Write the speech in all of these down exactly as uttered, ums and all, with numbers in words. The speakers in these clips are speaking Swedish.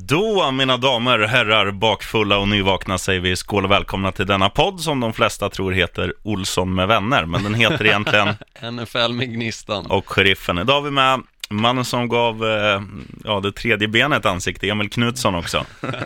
Då, mina damer, herrar, bakfulla och nyvakna, säger vi skål och välkomna till denna podd som de flesta tror heter Olsson med vänner, men den heter egentligen N F L med Gnistan och Sheriffen. Idag har vi med mannen som gav eh, ja, det tredje benet ansikte, Emil Knutsson också.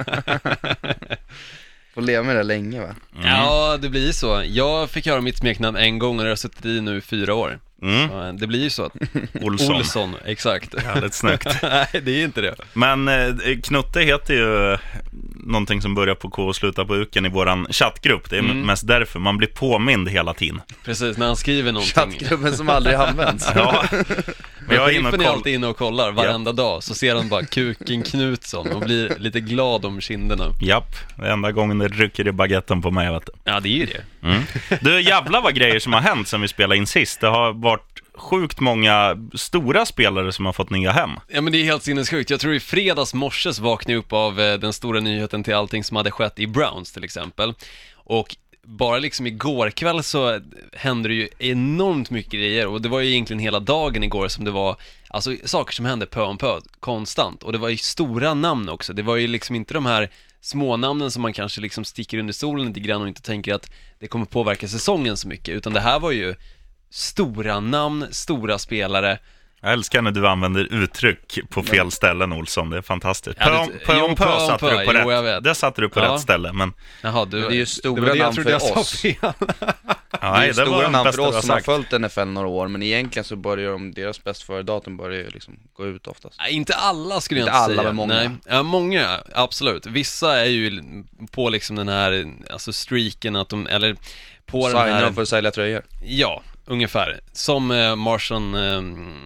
Får leva med det länge, va? Mm. Ja, det blir så. Jag fick höra mitt smeknamn en gång och det har suttit i nu i fyra år. Mm. Så det blir ju så. Olsson. Olsson, exakt. Härligt snyggt. Nej, det är inte det. Men eh, Knutte heter ju någonting som börjar på K och slutar på uken i våran chattgrupp. Det är mm. mest därför man blir påmind hela tiden. Precis, när han skriver någonting. Chattgruppen som aldrig används. Ja. Men jag är, inne och koll... är alltid inne och kollar varenda ja. dag. Så ser han bara kuken Knutsson och blir lite glad om kinderna. Japp, det enda gången det rycker i baguetten på mig, vet du. Ja, det är ju det. Mm. Du, jävla vad grejer som har hänt sen vi spelade in sist. Det har varit sjukt många stora spelare som har fått nya hem. Ja, men det är helt sinnessjukt. Jag tror i fredags morses vaknade upp av eh, den stora nyheten till allting som hade skett i Browns till exempel. Och bara liksom igår kväll så hände det ju enormt mycket grejer. Och det var ju egentligen hela dagen igår som det var alltså saker som hände pö om pö konstant. Och det var ju stora namn också. Det var ju liksom inte de här små namnen som man kanske liksom sticker under stolen lite grann och inte tänker att det kommer påverka säsongen så mycket. Utan det här var ju stora namn, stora spelare. Jag älskar när du använder uttryck på fel ställen, Olsson. Det är fantastiskt. Ja, det, pö om pö satte du på jo, rätt. Det satte du på ja. rätt ställe, men Jaha, du, det är ju stora namn för oss. Ja, det är ju stora namn för oss som har följt N F L några år, men egentligen så börjar de, deras bäst före datum börjar ju liksom gå ut oftast. Nej, inte alla skulle jag inte inte alla, säga. Men många. Nej. Ja, många, absolut. Vissa är ju på liksom den här alltså streaken att de, eller på Signar den här för att sälja tröjor. Ja, ungefär. Som eh, Marshall eh,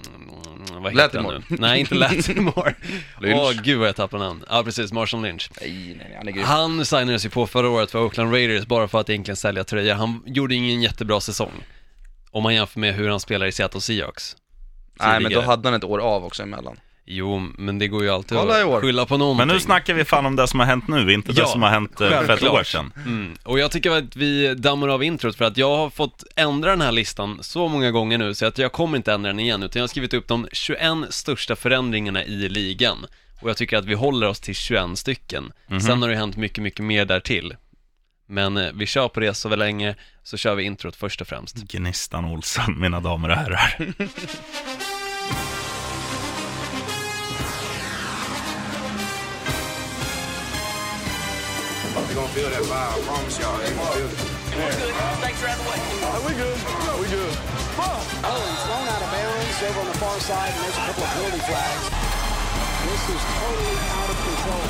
vad heter Lattimore. han nu? Nej, inte Lattimore. Åh, oh, gud vad jag tappar namn. Ja, precis, Marshall Lynch. Nej, nej, nej, han är grym. Han signades ju på förra året för Oakland Raiders bara för att egentligen sälja tröjor. Han gjorde ingen jättebra säsong om man jämför med hur han spelar i Seattle Seahawks tidigare. Nej, men då hade han ett år av också emellan. Jo, men det går ju alltid att skylla på någonting. Men nu snackar vi fan om det som har hänt nu, inte ja, det som har hänt för ett år sedan. Mm. Och jag tycker att vi dammar av introt för att jag har fått ändra den här listan så många gånger nu så att jag kommer inte ändra den igen, utan jag har skrivit upp de tjugoett största förändringarna i ligan. Och jag tycker att vi håller oss till tjugoett stycken. Mm-hmm. Sen har det hänt mycket, mycket mer där till. Men eh, vi kör på det så väl länge, så kör vi introt först och främst. Gnistan Olsson, mina damer och herrar. We're gonna feel that vibe, I promise y'all. We're gonna feel it. We're good. Thanks for having the way. Are we good? Yeah, we good. Oh, he's thrown out of bounds over on the far side, and there's a couple of penalty flags. This is totally out of control.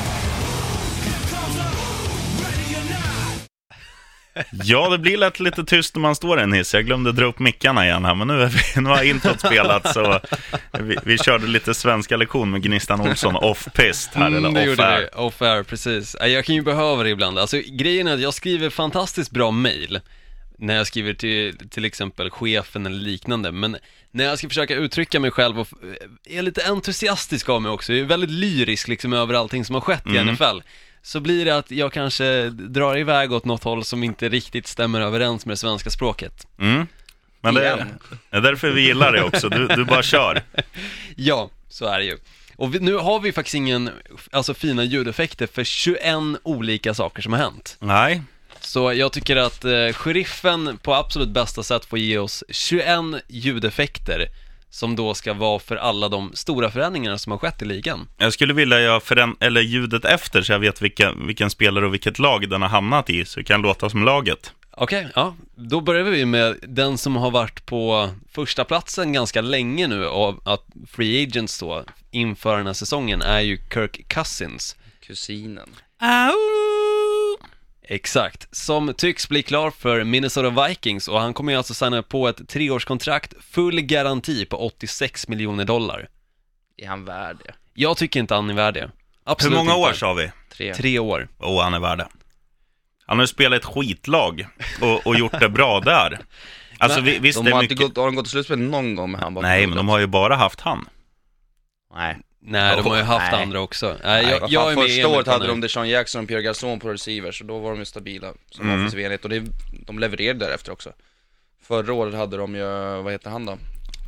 Ja, det blir lätt lite tyst när man står i en hiss. Jag glömde dra upp mickarna igen här, men nu, är vi, nu har introt spelat så vi, vi körde lite svenska lektion med Gnistan Olsson off-pist här, mm, eller off-air. Off-air, precis. Jag kan ju behöva det ibland. Alltså, grejen är att jag skriver fantastiskt bra mejl när jag skriver till till exempel chefen eller liknande, men när jag ska försöka uttrycka mig själv och är lite entusiastisk av mig också, jag är väldigt lyrisk liksom över allting som har skett i mm. N F L, så blir det att jag kanske drar iväg åt något håll som inte riktigt stämmer överens med det svenska språket. Mm. Men det är, det är därför vi gillar det också, du, du bara kör. Ja, så är det ju. Och vi, nu har vi faktiskt ingen alltså, fina ljudeffekter för tjugoett olika saker som har hänt. Nej. Så jag tycker att eh, sheriffen på absolut bästa sätt får ge oss tjugoett ljudeffekter som då ska vara för alla de stora förändringarna som har skett i ligan. Jag skulle vilja göra föränd- eller ljudet efter så jag vet vilken, vilken spelare och vilket lag den har hamnat i, så det kan låta som laget. Okej, okay, ja. Då börjar vi med den som har varit på första platsen ganska länge nu av att free agents då inför den här säsongen är ju Kirk Cousins. Kusinen. Au! Exakt, som tycks bli klar för Minnesota Vikings, och han kommer ju alltså signa på ett treårskontrakt, full garanti på åttiosex miljoner dollar. Är han värd det? Jag tycker inte han är värd det. Absolut. Hur många inte. år sa vi? Tre. Tre år. Åh, oh, han är värd det. Han har ju spelat ett skitlag och, och gjort det bra där. Alltså, vi, visst de det har mycket... inte gått, har de gått till slutspel någon gång med han? Nej, men de har ju bara haft han. Nej. Nej, de har ju haft nej. andra också. Nej, nej, jag, jag är med. Första året hade de Deshaun Jackson och Pierre Garçon på receivers, och då var de ju stabila som mm. offensiv enhet, och det, de levererade därefter också. Förra året hade de ju, vad heter han då?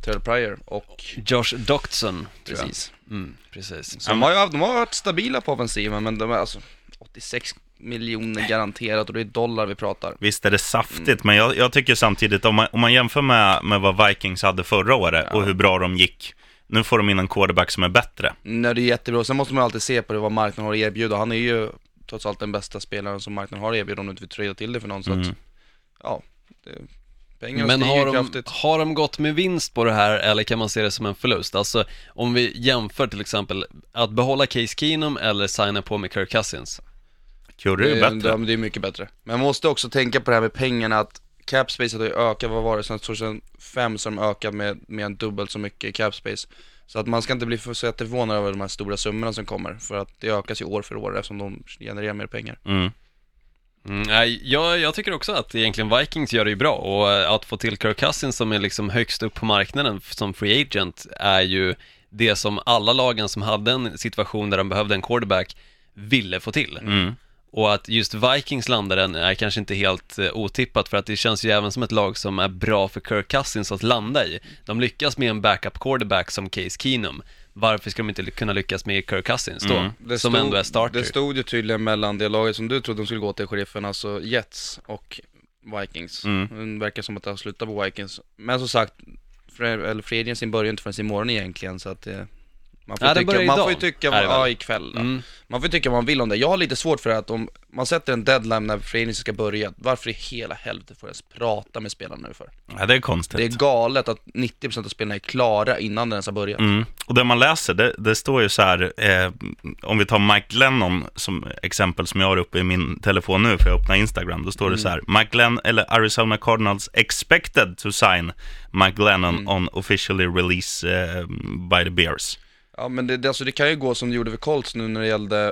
Terrell Pryor och Josh Doctson. precis. Mm, precis. De har ju de har varit stabila på offensiven, men de är alltså åttiosex miljoner garanterat, och det är dollar vi pratar. Visst är det saftigt, mm. men jag, jag tycker samtidigt, om man, om man jämför med, med vad Vikings hade förra året, ja. och hur bra de gick, nu får de in en quarterback som är bättre. Nej, det är jättebra. Sen måste man alltid se på det, vad marknaden har att erbjuda. Han är ju trots allt den bästa spelaren som marknaden har att erbjuda, om du inte vill tröja till det för någon. Så mm. att, ja, det, pengarna men stiger har de, kraftigt. har de gått med vinst på det här, eller kan man se det som en förlust? Alltså, om vi jämför till exempel att behålla Case Keenum eller signa på med Kirk Cousins. Curry är det, bättre. Det, det är mycket bättre. Men man måste också tänka på det här med pengarna, att capspace har ju ökat, vad var det, sen tjugohundrafem som ökat med, med en dubbelt så mycket capspace. Så att man ska inte bli för så förvånad över de här stora summorna som kommer, för att det ökas ju år för år eftersom de genererar mer pengar. Mm. Mm, jag, jag tycker också att egentligen Vikings gör det ju bra, och att få till Kirk Cousins som är liksom högst upp på marknaden som free agent är ju det som alla lagen som hade en situation där de behövde en quarterback ville få till. Mm. Och att just Vikings landar den är kanske inte helt uh, otippat, för att det känns ju även som ett lag som är bra för Kirk Cousins att landa i. De lyckas med en backup quarterback som Case Keenum. Varför ska de inte kunna lyckas med Kirk Cousins då? Mm. Det som stod, ändå är starter. Det stod ju tydligen mellan det laget som du trodde de skulle gå till, sheriffen, alltså Jets och Vikings. Mm. Det verkar som att det har slutat på Vikings. Men som sagt, free agency börjar inte förrän imorgon egentligen, så att det... Man får, ja, tycka, man får ju tycka vad, ja, ikväll då. Mm. Man får tycka vad man vill om det. Jag har lite svårt för att om man sätter en deadline när föreningen ska börja, varför i hela helvete får jag ens prata med spelarna nu för? Ja, det är konstigt. Det är galet att nittio procent av spelarna är klara innan den ens har börjat. Mm. Och det man läser, det, det står ju så här, eh, om vi tar Mike Glennon som exempel som jag har uppe i min telefon nu för jag öppnar Instagram, då står mm. det så här: Mike Glennon eller Arizona Cardinals expected to sign Mike Glennon mm. on officially release eh, by the Bears. Ja, men det, det, alltså det kan ju gå som det gjorde för Colts nu när det gällde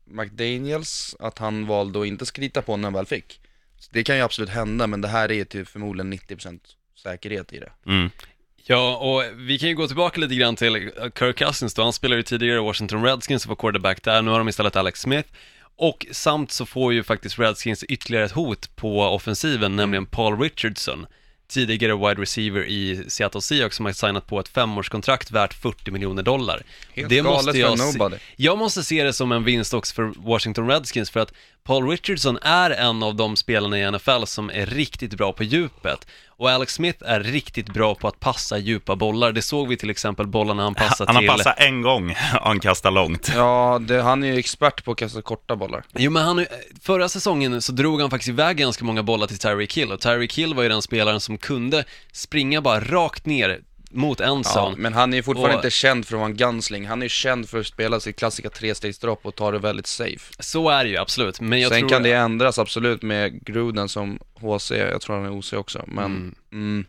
McDaniels, att han valde att inte skrita på när han väl fick. Så det kan ju absolut hända, men det här är till förmodligen nittio procent säkerhet i det. Mm. Ja, och vi kan ju gå tillbaka lite grann till Kirk Cousins då. Han spelade ju tidigare i Washington Redskins och var quarterback där. Nu har de istället Alex Smith. Och samt så får ju faktiskt Redskins ytterligare ett hot på offensiven, nämligen Paul Richardson, tidigare wide receiver i Seattle Seahawks, som har signat på ett femårskontrakt värt fyrtio miljoner dollar. Helt det galet måste jag, för nobody. se- jag måste se det som en vinst också för Washington Redskins, för att Paul Richardson är en av de spelarna i N F L som är riktigt bra på djupet. Och Alex Smith är riktigt bra på att passa djupa bollar. Det såg vi till exempel bollarna han passade Han har till. passat en gång och han kastar långt. Ja, det, han är ju expert på att kasta korta bollar. Jo, men han, förra säsongen så drog han faktiskt iväg ganska många bollar till Tyreek Hill. Och Tyreek Hill var ju den spelaren som kunde springa bara rakt ner mot en Ja, zone. men han är ju fortfarande Och- inte känd för att vara en gunsling. Han är ju känd för att spela sitt klassiska trestegsdropp och ta det väldigt safe. Så är det ju, absolut. Men jag Sen tror kan det ändras absolut med Gruden som H C. Jag tror han är O C också, men Mm. mm.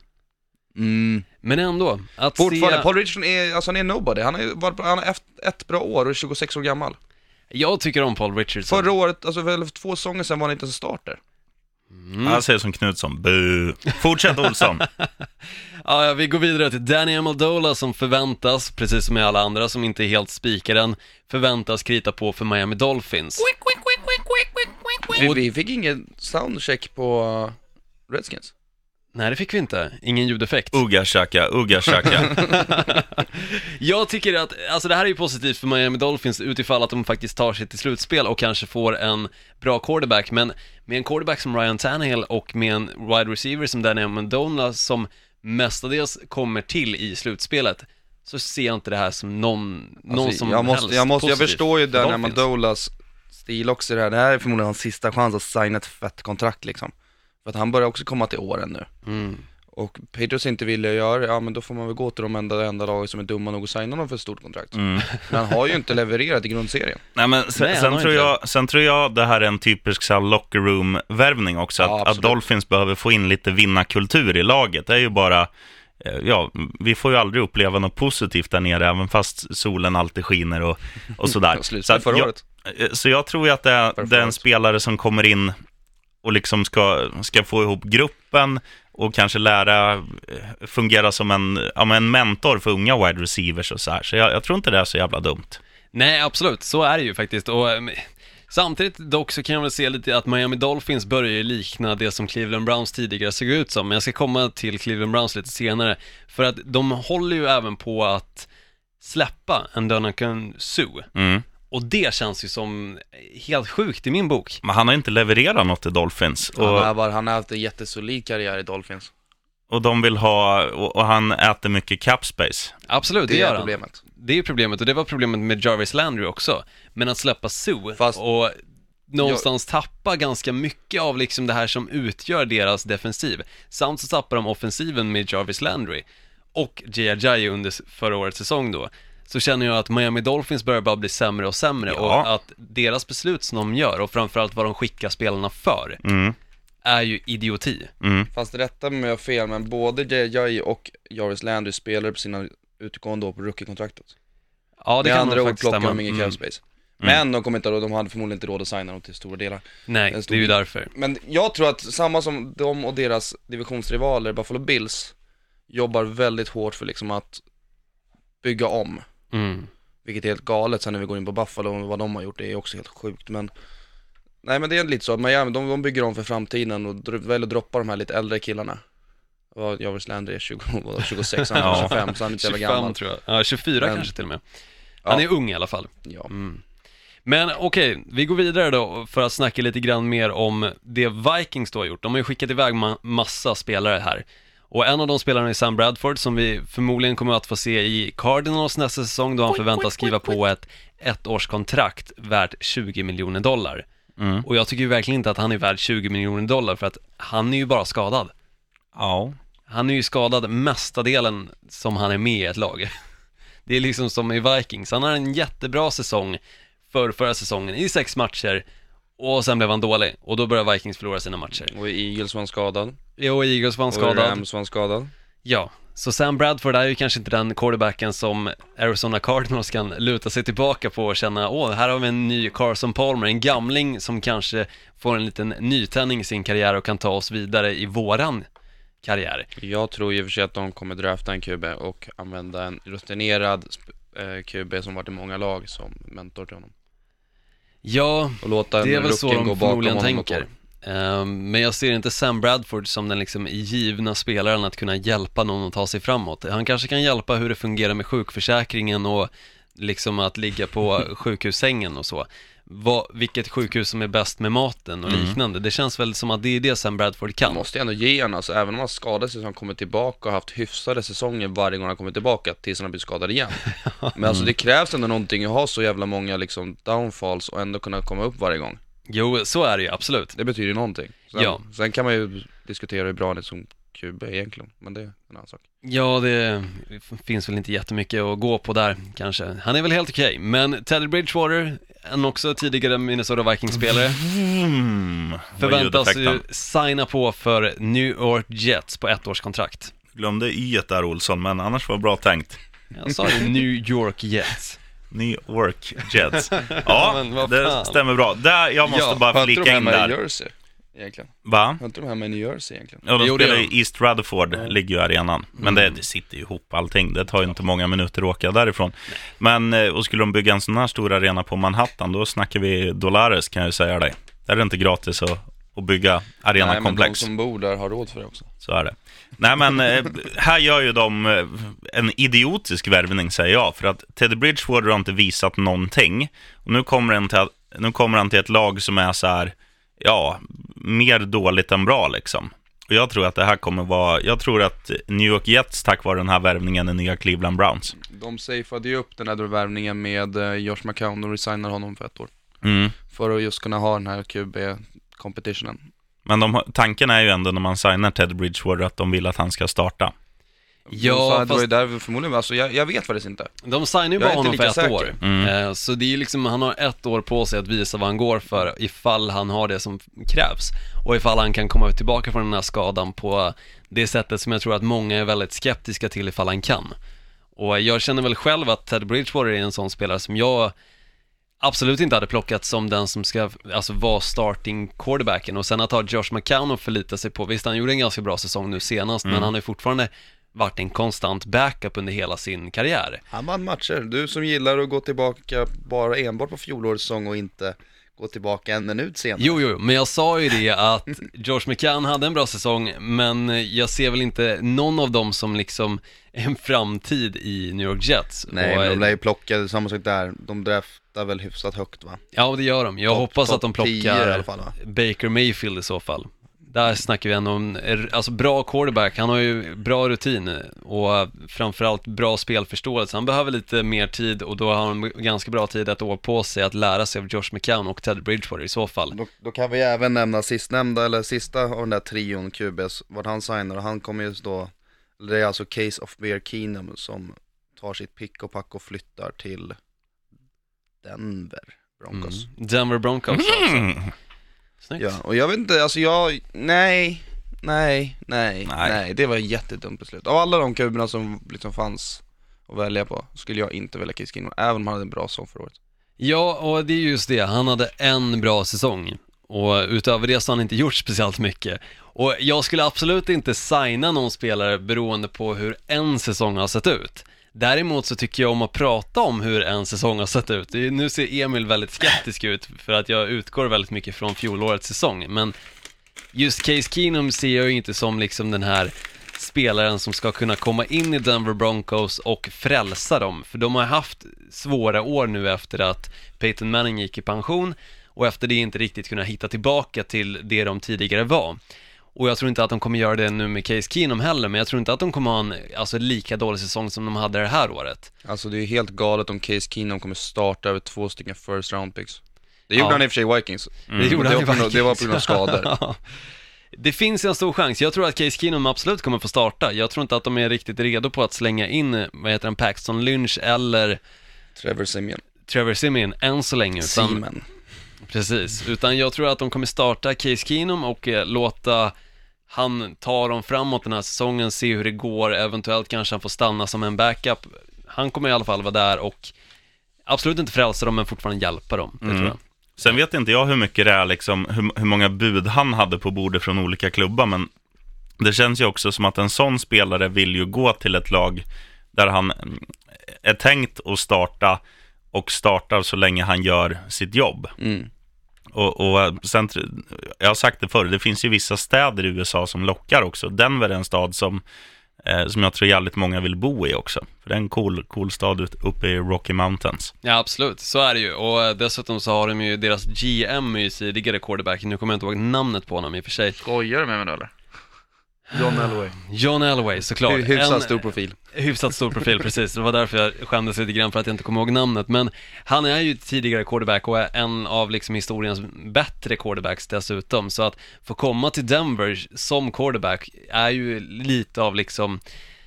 Mm. Men ändå, att Fortfarande, se... Paul Richardson är, alltså han är nobody. Han har ju varit, han har haft ett bra år och är tjugosex år gammal. Jag tycker om Paul Richardson. Förra året, alltså för två säsonger sedan var han inte en starter. Mm. Han säger som Knutsson, bu. Fortsätt Olsson. Ja, ja, vi går vidare till Danny Amendola som förväntas, precis som med alla andra som inte är helt spikaren, förväntas krita på för Miami Dolphins. Vi, vi fick ingen soundcheck på uh, Redskins. Nej, det fick vi inte. Ingen ljudeffekt. Ugga shaka, ugga shaka. Jag tycker att, alltså det här är ju positivt för Miami Dolphins utifall att de faktiskt tar sig till slutspel och kanske får en bra quarterback, men med en quarterback som Ryan Tannehill och med en wide receiver som Danny Amendola som mestadels kommer till i slutspelet, så ser jag inte det här som någon, någon Alltså, som jag måste, helst jag, måste, jag positivt förstår ju för Danny Dolphins. Amendolas stil också det här. Det här är förmodligen hans sista chans att signa ett fett kontrakt liksom. För att han börjar också komma till åren nu. Mm. Och Patriots inte vill göra, ja men då får man väl gå till de enda, enda laget som är dumma nog att signa dem för ett stort kontrakt. Mm. Men han har ju inte levererat i grundserien. Nej, men sen, Nej, han sen, har tror inte jag, sen tror jag det här är en typisk så här locker room-värvning också. Ja, att, att absolut. Dolphins behöver få in lite vinnarkultur i laget. Det är ju bara, eh, ja, vi får ju aldrig uppleva något positivt där nere, även fast solen alltid skiner och, och sådär. Slut så, att förra jag, året. så jag tror ju att det är, Förra det är en året. spelare som kommer in och liksom ska, ska få ihop gruppen och kanske lära eh, fungera som en, ja, men en mentor för unga wide receivers och så här. Så jag, jag tror inte det är så jävla dumt. Nej, absolut, så är det ju faktiskt. Och äm, Samtidigt dock så kan jag väl se lite att Miami Dolphins börjar ju likna det som Cleveland Browns tidigare såg ut som. Men jag ska komma till Cleveland Browns lite senare. För att de håller ju även på att släppa en Ndamukong Suh. Mm. Och det känns ju som helt sjukt i min bok. Men han har inte levererat något till Dolphins. Han Och, har, bara, han har haft en jättesolid karriär i Dolphins. och de vill ha, och, och han äter mycket cap space. Absolut, det, Det gör är han. problemet. Det är ju problemet, och det var problemet med Jarvis Landry också. Men att släppa Suh Fast- och någonstans tappa ganska mycket av liksom det här som utgör deras defensiv. Samt så tappar de offensiven med Jarvis Landry och Jay Ajayi under förra årets säsong då. Så känner jag att Miami Dolphins börjar bara bli sämre och sämre. Ja. Och att deras beslut som de gör, och framförallt vad de skickar spelarna för, Mm. är ju idioti. Mm. Fast rätta mig om jag har fel, men både Jay Ajayi och Jarvis Landry spelar på sina utgående år på rookie-kontraktet. Ja, det Med kan andra man ord faktiskt plockar stämma. de ingen Mm. cap space. Men de kommer inte, de hade förmodligen inte råd att signa dem till stora delar. Nej, En stor det är ju del. därför. Men jag tror att samma som de och deras divisionsrivaler Buffalo Bills jobbar väldigt hårt för liksom att bygga om. Mm. Vilket är helt galet sen när vi går in på Buffalo och vad de har gjort, det är också helt sjukt. Men nej, men det är lite så att Miami, de, de bygger om för framtiden och dr- väljer att droppa de här lite äldre killarna. Och Jarvis Landry är tjugo, tjugosex, han är Ja. tjugofem, så han är inte jävla tjugofem gammal. tror jag. Ja, tjugofyra Men- kanske till och med. Han Ja. är ung i alla fall. Ja. Mm. Men okej, vi går vidare då för att snacka lite grann mer om det Vikings då har gjort. De har ju skickat iväg ma- massa spelare här. Och en av de spelarna är Sam Bradford, som vi förmodligen kommer att få se i Cardinals nästa säsong, då han förväntas skriva på ett ettårskontrakt värt tjugo miljoner dollar. Mm. Och jag tycker ju verkligen inte att han är värd tjugo miljoner dollar, för att han är ju bara skadad. Ja. Han är ju skadad mesta delen som han är med i ett lag. Det är liksom som i Vikings. Han har en jättebra säsong för förra säsongen i sex matcher, och sen blev han dålig, och då började Vikings förlora sina matcher. Och Eagles var han skadad. Jo, Eagles var han Och skadad. Rams var han skadad. Ja, så Sam Bradford är ju kanske inte den quarterbacken som Arizona Cardinals kan luta sig tillbaka på och känna, åh, här har vi en ny Carson Palmer, en gamling som kanske får en liten nytändning i sin karriär och kan ta oss vidare i våran karriär. Jag tror i och för sig att de kommer drafta en Q B och använda en rutinerad sp- eh, Q B som varit i många lag som mentor till honom. Ja, Och låta det är en väl så rookie de gå bakom förmodligen honom och tänker. gå. Ehm, men jag ser inte Sam Bradford som den liksom givna spelaren att kunna hjälpa någon att ta sig framåt. Han kanske kan hjälpa hur det fungerar med sjukförsäkringen och liksom att ligga på sjukhussängen och så. Vad, vilket sjukhus som är bäst med maten och liknande. Det känns väl som att det är det Sam Bradford Man kan. måste ändå ge honom, alltså, även om han skadade sig så han kommer tillbaka och haft hyfsade säsonger varje gång han kommer tillbaka tills han har blivit skadad igen. Men alltså det krävs ändå någonting att ha så jävla många liksom downfalls och ändå kunna komma upp varje gång. Jo, så är det ju, absolut. Det betyder ju någonting. Sen, Ja. sen kan man ju diskutera hur bra det är som Q B egentligen, men det är en annan sak. Ja, det finns väl inte jättemycket att gå på där kanske. Han är väl helt okej, men Teddy Bridgewater, en också tidigare Minnesota Vikings-spelare, Mm. förväntas Vad ju ljudeffekten. signa på för New York Jets på ett års kontrakt. Glömde y där, Olsson, men annars var det bra tänkt. Jag sa det, New York Jets. New York Jets. Ja, Men vad det fan. stämmer bra. Där, jag måste Ja, bara Har inte flika de in hemma i där. Jersey egentligen? Va? Har inte de hemma i New Jersey egentligen? Ja, de Jo, det spelar gör i de. East Rutherford, ligger ju arenan. Men det, det sitter ju ihop allting. Det tar ju inte många minuter att åka därifrån. Men, eh, och skulle de bygga en sån här stor arena på Manhattan, då snackar vi dollares, kan jag ju säga dig. Där är det inte gratis att, att bygga Nej, men de arenakomplex. som bor där har råd för det också. Så är det. Nej, men eh, här gör ju de eh, en idiotisk värvning, säger jag. För att Teddy Bridgewater har inte visat någonting. Och nu kommer han till, nu kommer han till ett lag som är så här, ja, mer dåligt än bra liksom. Och jag tror att det här kommer vara, jag tror att New York Jets, tack vare den här värvningen, är nya Cleveland Browns. De safeade ju upp den här värvningen med eh, Josh McCown och resignar honom för ett år. Mm. För att just kunna ha den här Q B-competitionen. Men de, har- tanken är ju ändå när man signar Teddy Bridgewater att de vill att han ska starta. Ja, Så det var ju fast där förmodligen, alltså jag, jag vet faktiskt inte. de signar ju Jag är bara inte honom för lika ett säker. år. Mm. Eh, Så det är ju liksom, han har ett år på sig att visa vad han går för ifall han har det som krävs. Och ifall han kan komma tillbaka från den här skadan på det sättet som jag tror att många är väldigt skeptiska till ifall han kan. Och jag känner väl själv att Ted Bridgewater är en sån spelare som jag absolut inte hade plockat som den som ska alltså vara starting quarterbacken. Och sen att ha Josh McCown och förlita sig på, visst han gjorde en ganska bra säsong nu senast, Mm. men han har ju fortfarande varit en konstant backup under hela sin karriär. Han vann matcher. Du som gillar att gå tillbaka bara enbart på fjolårets säsong och inte gå tillbaka en minut senare. Jo, jo, men jag sa ju det att George McCann hade en bra säsong, men jag ser väl inte någon av dem som liksom en framtid i New York Jets. Nej, och, men de lär ju plocka, samma sak där, de draftar väl hyfsat högt, va? Ja, det gör de. Jag Top- hoppas top att de tio plockar i alla fall, va? Baker Mayfield i så fall. Där snackar vi ändå om, alltså bra quarterback, han har ju bra rutin och framförallt bra spelförståelse. Han behöver lite mer tid och då har han ganska bra tid, ett år på sig att lära sig av Josh McCown och Ted Bridgewater i så fall. Då, då kan vi även nämna sistnämnda, eller sista av den där trion Q Bs, vart han signar, och han kommer just då, det är alltså Case of Bear Keenum som tar sitt pick och pack och flyttar till Denver Broncos. Mm. Denver Broncos alltså. Mm. Snyggt. Ja, och jag vet inte, alltså jag, nej, nej, nej, Nej. nej, det var ett jättedumt beslut. Av alla de kuberna som liksom fanns att välja på, skulle jag inte välja Case Keenum, även om han hade en bra säsong förra året. Ja, och det är just det. Han hade en bra säsong och utöver det så har han inte gjort speciellt mycket. Och jag skulle absolut inte signa någon spelare beroende på hur en säsong har sett ut. Däremot så tycker jag om att prata om hur en säsong har sett ut. Det är- Nu ser Emil väldigt skeptisk ut för att jag utgår väldigt mycket från fjolårets säsong. Men just Case Keenum ser jag ju inte som liksom den här spelaren som ska kunna komma in i Denver Broncos och frälsa dem. För de har haft svåra år nu efter att Peyton Manning gick i pension och efter det inte riktigt kunna hitta tillbaka till det de tidigare var. Och jag tror inte att de kommer göra det nu med Case Keenum heller, men jag tror inte att de kommer ha en alltså, lika dålig säsong som de hade det här året. Alltså det är helt galet om Case Keenum kommer starta över två stycken first round picks. Det gjorde Ja. han i och för sig i Vikings. Det gjorde det han var i på grund av- det var på Vikings. grund av skador. Ja. Det finns en stor chans. Jag tror att Case Keenum absolut kommer få starta. Jag tror inte att de är riktigt redo på att slänga in, vad heter han, Paxton Lynch eller Trevor Siemian. Trevor Siemian än så länge. Utan, Seaman. precis, utan jag tror att de kommer starta Case Keenum och eh, låta han ta dem framåt den här säsongen, se hur det går, eventuellt kanske han får stanna som en backup. Han kommer i alla fall vara där och absolut inte frälsa dem, men fortfarande hjälpa dem, det tror jag. Sen vet inte jag hur mycket det är liksom, hur, hur många bud han hade på bordet från olika klubbar, men det känns ju också som att en sån spelare vill ju gå till ett lag där han är tänkt att starta och startar så länge han gör sitt jobb. Mm. Och, och sen, jag har sagt det förr, det finns ju vissa städer i U S A som lockar också. Denver är en stad som, eh, som jag tror jävligt många vill bo i också. För det är en cool, cool stad ut, uppe i Rocky Mountains. Ja, absolut, så är det ju. Och dessutom så har de ju deras G M i tidigare quarterback. Nu kommer jag inte ihåg namnet på honom i och för sig. Skojar du med mig då, eller? John Elway. John Elway, såklart. Hy- Hyfsat En- stor profil. Hyfsat stor profil, precis. Det var därför jag skämdes lite grann för att jag inte kommer ihåg namnet. Men han är ju tidigare quarterback och är en av liksom historiens bättre quarterbacks dessutom. Så att få komma till Denver som quarterback är ju lite av liksom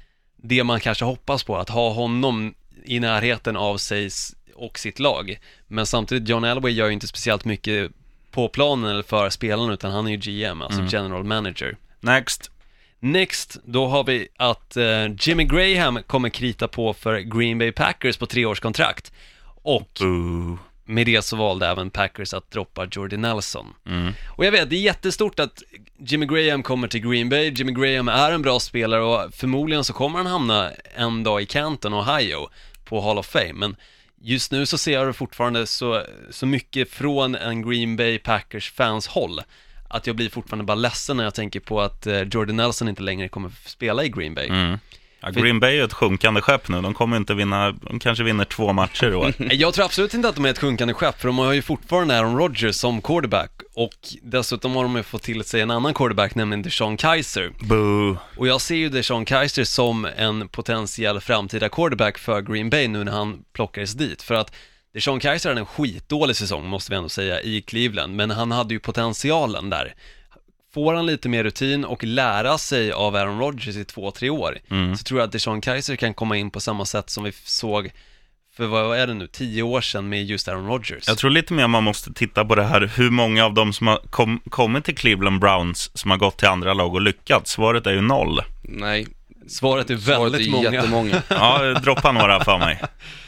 det man kanske hoppas på. Att ha honom i närheten av sig och sitt lag. Men samtidigt, John Elway gör ju inte speciellt mycket på planen eller för spelarna, utan han är ju G M, alltså general manager. Next. Next, då har vi att eh, Jimmy Graham kommer krita på för Green Bay Packers på treårskontrakt. Och Boo. med det så valde även Packers att droppa Jordy Nelson. Och jag vet, det är jättestort att Jimmy Graham kommer till Green Bay. Jimmy Graham är en bra spelare och förmodligen så kommer han hamna en dag i Canton, Ohio, på Hall of Fame. Men just nu så ser jag det fortfarande så, så mycket från en Green Bay Packers fans håll att jag blir fortfarande bara ledsen när jag tänker på att eh, Jordy Nelson inte längre kommer spela i Green Bay. Mm. Ja, Green Bay är ju ett sjunkande skepp nu. De kommer inte vinna, de kanske vinner två matcher i år. Jag tror absolut inte att de är ett sjunkande skepp, för de har ju fortfarande Aaron Rodgers som quarterback och dessutom har de ju fått till sig en annan quarterback, nämligen DeShone Kizer. Boo. Och jag ser ju DeShone Kizer som en potentiell framtida quarterback för Green Bay nu när han plockades dit, för att DeShone Kizer hade en skitdålig säsong, måste vi ändå säga, i Cleveland, men han hade ju potentialen där. Får han lite mer rutin och lära sig av Aaron Rodgers i två, tre år, Mm. så tror jag att DeShone Kizer kan komma in på samma sätt som vi såg för vad är det nu, tio år sedan med just Aaron Rodgers. Jag tror lite mer man måste titta på det här, hur många av dem som har kom, kommit till Cleveland Browns som har gått till andra lag och lyckats. Svaret är ju noll. Nej, Svaret är svaret väldigt är många. jättemånga. Ja, droppa några för mig.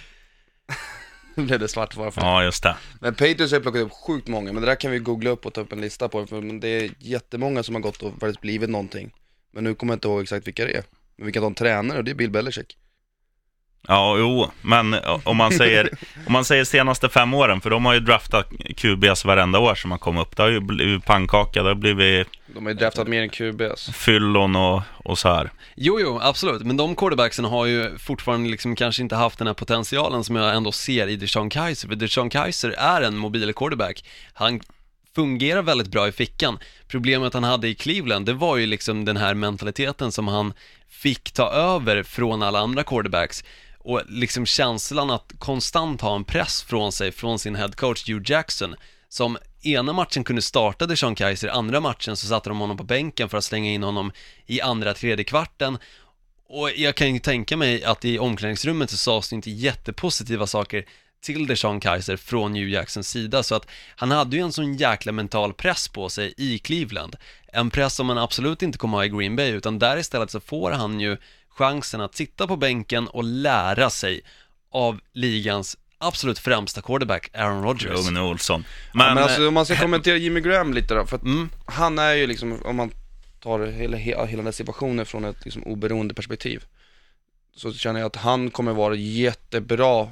Nu blev det svart varför. Ja, just det. Men Patriots har plockat upp sjukt många, men det där kan vi googla upp och ta upp en lista på, för det är jättemånga som har gått och faktiskt blivit någonting. Men nu kommer jag inte ihåg exakt vilka det är. Men vi kan ta en tränare och det är Bill Belichick. Ja, jo, men om man säger om man säger senaste fem åren, för de har ju draftat Q Bs varenda år som har kommit upp. Det har ju blivit pannkaka, det har blivit De har ju draftat mer än Q Bs. fyllon och, och så här. Jo, jo, absolut. Men de quarterbacksen har ju fortfarande liksom kanske inte haft den här potentialen som jag ändå ser i DeShone Kizer. För DeShone Kizer är en mobil quarterback. Han fungerar väldigt bra i fickan. Problemet han hade i Cleveland, det var ju liksom den här mentaliteten som han fick ta över från alla andra quarterbacks. Och liksom känslan att konstant ha en press från sig, från sin headcoach Hugh Jackson, som ena matchen kunde starta DeShone Kizer, andra matchen så satte de honom på bänken för att slänga in honom i andra tredje kvarten. Och jag kan ju tänka mig att i omklädningsrummet så sades det inte jättepositiva saker till DeShone Kizer från Hugh Jacksons sida, så att han hade ju en sån jäkla mental press på sig i Cleveland. En press som man absolut inte kommer ha i Green Bay, utan där istället så får han ju chansen att sitta på bänken och lära sig av ligans absolut främsta quarterback, Aaron Rodgers. Roman Olsson. Men, Men, men alltså, om man ska kommentera Jimmy Graham lite då, för att Mm. han är ju liksom, om man tar hela, hela, hela den situationen från ett liksom oberoende perspektiv, så känner jag att han kommer vara jättebra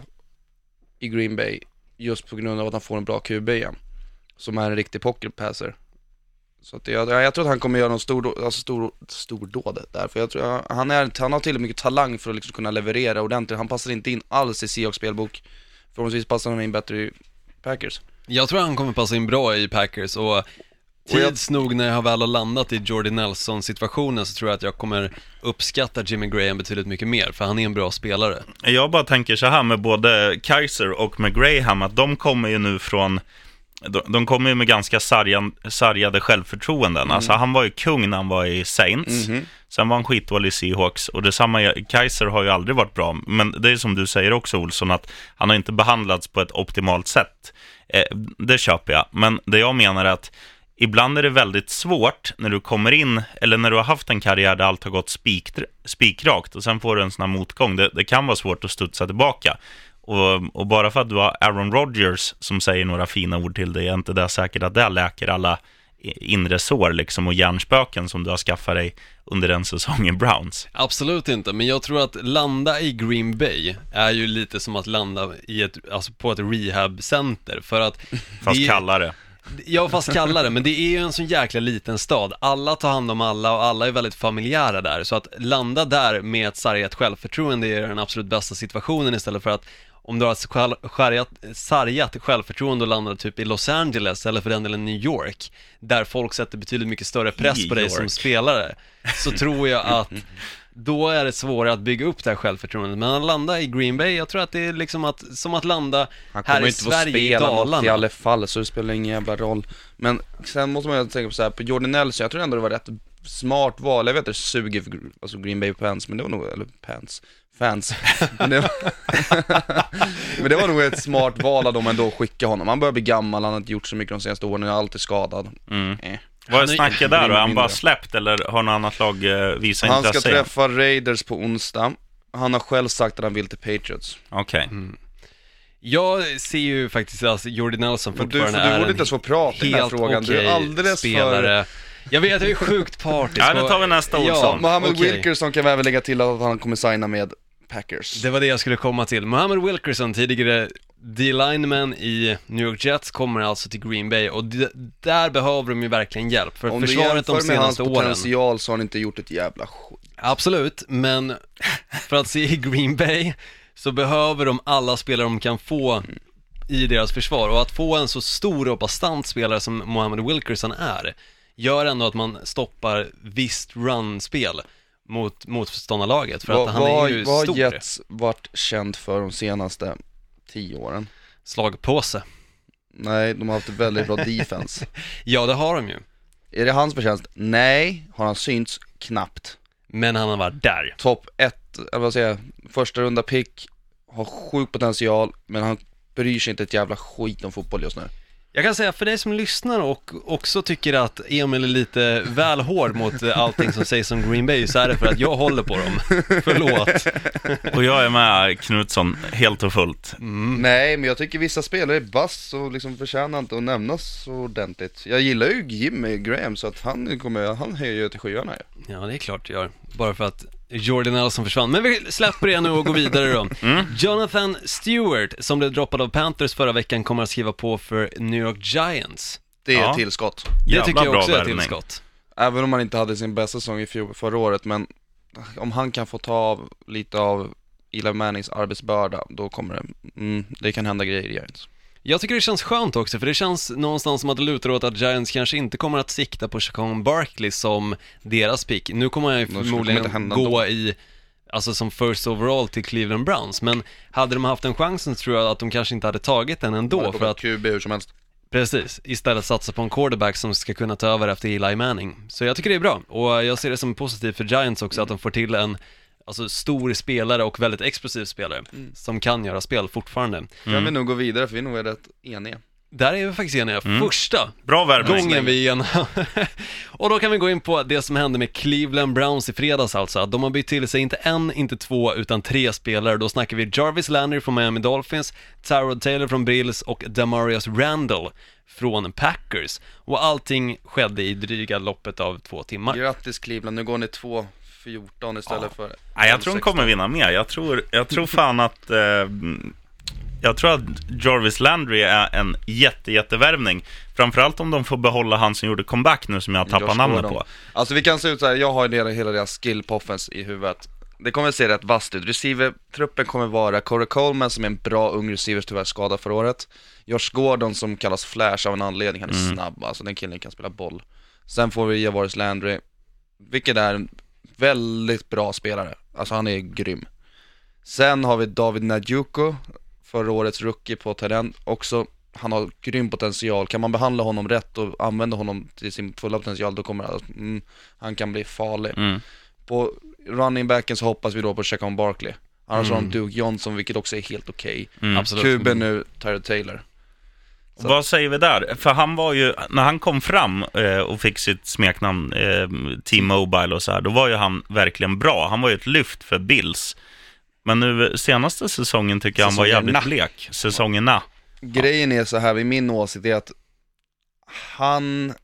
i Green Bay just på grund av att han får en bra Q B igen, som är en riktig pocket passer. Så att jag, jag tror att han kommer göra någon stor, alltså stor, stor dåd där, för jag tror han, är, han har tillräckligt mycket talang för att liksom kunna leverera ordentligt. Han passar inte in alls i Seahawks spelbok. Förhoppningsvis passar han in bättre i Packers. Jag tror han kommer passa in bra i Packers, och tids nog när jag har väl har landat i Jordy Nelson-situationen så tror jag att jag kommer uppskatta Jimmy Graham betydligt mycket mer, för han är en bra spelare. jag bara tänker så här med både Kizer och med Graham, att de kommer ju nu från de, de kommer ju med ganska sargan, sargade självförtroenden. Mm. Alltså han var ju kung när han var i Saints. Mm-hmm. Sen var han skitdålig i Seahawks. Och detsamma, Kizer har ju aldrig varit bra. Men det är som du säger också, Olsson, att han har inte behandlats på ett optimalt sätt. Eh, det köper jag. Men det jag menar är att ibland är det väldigt svårt när du kommer in, eller när du har haft en karriär där allt har gått spik, spikrakt och sen får du en sån här motgång. Det, det kan vara svårt att studsa tillbaka. Och, och bara för att du har Aaron Rodgers som säger några fina ord till dig, är inte det säkert att det läker alla inre sår liksom, och hjärnspöken som du har skaffat dig under en säsong i Browns. Absolut inte, men jag tror att landa i Green Bay är ju lite som att landa i ett, alltså på ett rehabcenter, för att fast det, kallare. Ja, fast kallare, men det är ju en sån jäkla liten stad. Alla tar hand om alla och alla är väldigt familjära där, så att landa där med ett sargat självförtroende är den absolut bästa situationen, istället för att om du har ett sargat, sargat självförtroende och landar typ i Los Angeles eller för den delen New York, där folk sätter betydligt mycket större press på dig som spelare, så tror jag att då är det svårare att bygga upp det här självförtroendet. Men att landa i Green Bay, jag tror att det är liksom att, som att landa här i Sverige, i Dalarna. I alla fall, så det spelar ingen jävla roll. Men sen måste man ju tänka på så här, på Jordy Nelson, jag tror ändå det var rätt smart val. Jag vet att det suger för alltså Green Bay fans, men det var nog, eller fans fans men, det var men det var nog ett smart val att de ändå skicka honom. Han börjar bli gammal, han har inte gjort så mycket de senaste åren, han är alltid skadad. Mm. eh. Vad är snacket där då? Är han bara släppt eller har något annat lag eh, visat han intresse? Han ska träffa Raiders på onsdag. Han har själv sagt att han vill till Patriots. Okej. Okay. Mm. Jag ser ju faktiskt alltså Jordy Nelson fortfarande är en du borde inte ens få prata i den här frågan. Du är alldeles spelare. För... Jag vet, jag är sjukt partisk. Ja, det tar vi nästa ord. Ja, Mohamed okay. Wilkerson kan vi även lägga till att han kommer signa med Packers. Det var det jag skulle komma till. Mohamed Wilkerson, tidigare D-lineman i New York Jets, kommer alltså till Green Bay, och d- där behöver de ju verkligen hjälp. För om försvaret de senaste åren. Om du jämför med hans potential så har han inte gjort ett jävla skit. Absolut, men för att se i Green Bay så behöver de alla spelare de kan få mm. i deras försvar. Och att få en så stor och bastant spelare som Mohamed Wilkerson är, gör ändå att man stoppar visst run-spel mot motståndarlaget, för va, att han va, är ju va stor. Vad har Jets varit känd för de senaste tio åren? Slagpåse. Nej, de har haft ett väldigt bra defense. Ja, det har de ju. Är det hans förtjänst? Nej. Har han synts? Knappt. Men han har varit där. Topp ett, eller vad säger jag, första runda pick, har sjuk potential, men han bryr sig inte ett jävla skit om fotboll just nu. Jag kan säga för dig som lyssnar och också tycker att Emil är lite väl hård mot allting som sägs om Green Bay, så är det för att jag håller på dem. Förlåt. Och jag är med Knutsson helt och fullt. Mm. Nej, men jag tycker vissa spelare är bass och liksom förtjänar inte att nämnas så ordentligt. Jag gillar ju Jimmy Graham, så att han kommer, han höjer ju till skyarna. Ja, det är klart jag gör. Bara för att Jordy Nelson försvann. Men vi släpper det nu och går vidare då. Mm. Jonathan Stewart, som blev droppad av Panthers förra veckan, kommer att skriva på för New York Giants. Det är Ja. ett tillskott. Det Jävla tycker jag bra också är ett värvning. tillskott. Även om han inte hade sin bästa säsong i fjol, förra året, men om han kan få ta av lite av Eli Mannings arbetsbörda, då kommer det, mm, det kan hända grejer i Giants. Jag tycker det känns skönt också, för det känns någonstans som att det lutar åt att Giants kanske inte kommer att sikta på Saquon Barkley som deras pick. Nu kommer han ju kommer förmodligen inte hända gå ändå. i, alltså som first overall till Cleveland Browns, men hade de haft en chansen tror jag att de kanske inte hade tagit den ändå, för att Q B hur som helst. precis, istället satsa på en quarterback som ska kunna ta över efter Eli Manning. Så jag tycker det är bra, och jag ser det som positivt för Giants också att de får till en alltså, stor spelare och väldigt explosiv spelare Mm. som kan göra spel fortfarande. Kan vi nog gå vidare, för vi är nog rätt eniga. Där är vi faktiskt eniga. Mm. Första Bra värvning. gången vi är eniga. Och då kan vi gå in på det som hände med Cleveland Browns i fredags alltså. De har bytt till sig inte en, inte två, utan tre spelare. Då snackar vi Jarvis Landry från Miami Dolphins, Tyrod Taylor från Bills och Damarius Randall från Packers. Och allting skedde i dryga loppet av två timmar. Grattis Cleveland, nu går ni två fjorton istället Ja. för Nej, jag tror de kommer vinna mer. Jag tror, jag tror fan att eh, jag tror att Jarvis Landry är en jätte, jättevärvning. Framförallt om de får behålla han som gjorde comeback nu, som jag tappar Josh namnet Gordon. på. Alltså vi kan se ut så här, jag har hela, hela deras skill på offense i huvudet. Det kommer att se rätt vasst ut. Receiver-truppen kommer vara Corey Coleman som är en bra ung receiver, tyvärr skadad förra året. Josh Gordon som kallas Flash av en anledning, han är Mm. snabb, alltså den killen kan spela boll. Sen får vi Jarvis Landry, vilket är en väldigt bra spelare, alltså han är grym. Sen har vi David Njoku, förra årets rookie på talent, också han har grym potential. Kan man behandla honom rätt och använda honom till sin fulla potential, då kommer alltså, mm, han kan bli farlig. Mm. På running backen så hoppas vi då på Saquon Barkley. Annars Mm. har de Duke Johnson, vilket också är helt okej. Mm. Absolut. Q B nu, Tyrod Taylor. Och vad säger vi där? För han var ju, när han kom fram eh, och fick sitt smeknamn eh, T-Mobile och så här, då var ju han verkligen bra. Han var ju ett lyft för Bills. Men nu senaste säsongen tycker jag han var jävligt Säsongerna. blek. Säsongerna. Grejen är så här, vid min åsikt är att hans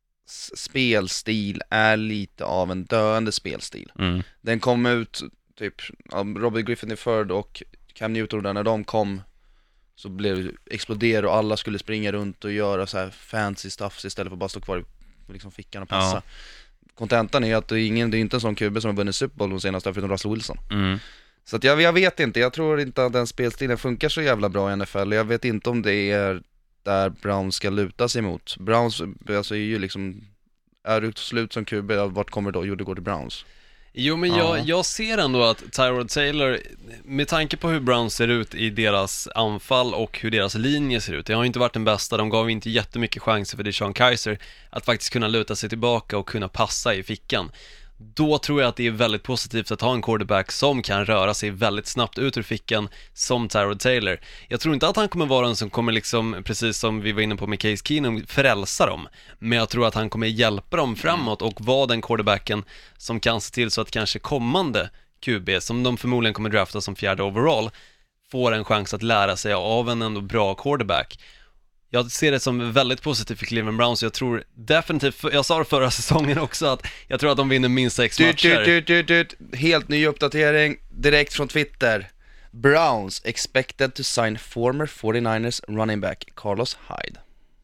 spelstil är lite av en döende spelstil. Mm. Den kom ut, typ, ja, Robert Griffin III och Cam Newton där, när de kom så blev det exploderade och alla skulle springa runt och göra så här fancy stuff istället för att bara stå kvar i liksom fickan och passa. Kontentan är att det är, ingen, det är inte en sån Q B som har vunnit Super Bowl de senaste, förutom Russell Wilson. Mm. Så att jag, jag vet inte, jag tror inte att den spelstilen funkar så jävla bra i N F L. Jag vet inte om det är där Browns ska luta sig mot. Browns alltså är ju liksom, är du slut som Q B, vart kommer då? Jo, det går till Browns. Jo, men Ja. jag, jag ser ändå att Tyrod Taylor, med tanke på hur Browns ser ut i deras anfall och hur deras linje ser ut, det har ju inte varit den bästa, de gav inte jättemycket chanser för DeShone Kizer att faktiskt kunna luta sig tillbaka och kunna passa i fickan. Då tror jag att det är väldigt positivt att ha en quarterback som kan röra sig väldigt snabbt ut ur fickan som Tyrod Taylor. Jag tror inte att han kommer vara en som kommer liksom, precis som vi var inne på med Case Keenum, frälsa dem. Men jag tror att han kommer hjälpa dem framåt och vara den quarterbacken som kan se till så att kanske kommande Q B, som de förmodligen kommer drafta som fjärde overall, får en chans att lära sig av en ändå bra quarterback. Jag ser det som väldigt positivt för Cleveland Browns. Jag tror definitivt, jag sa det förra säsongen också, att jag tror att de vinner minst sex Du, matcher. du, du, du, du. Helt ny uppdatering direkt från Twitter. Browns expected to sign former forty-niners running back Carlos Hyde.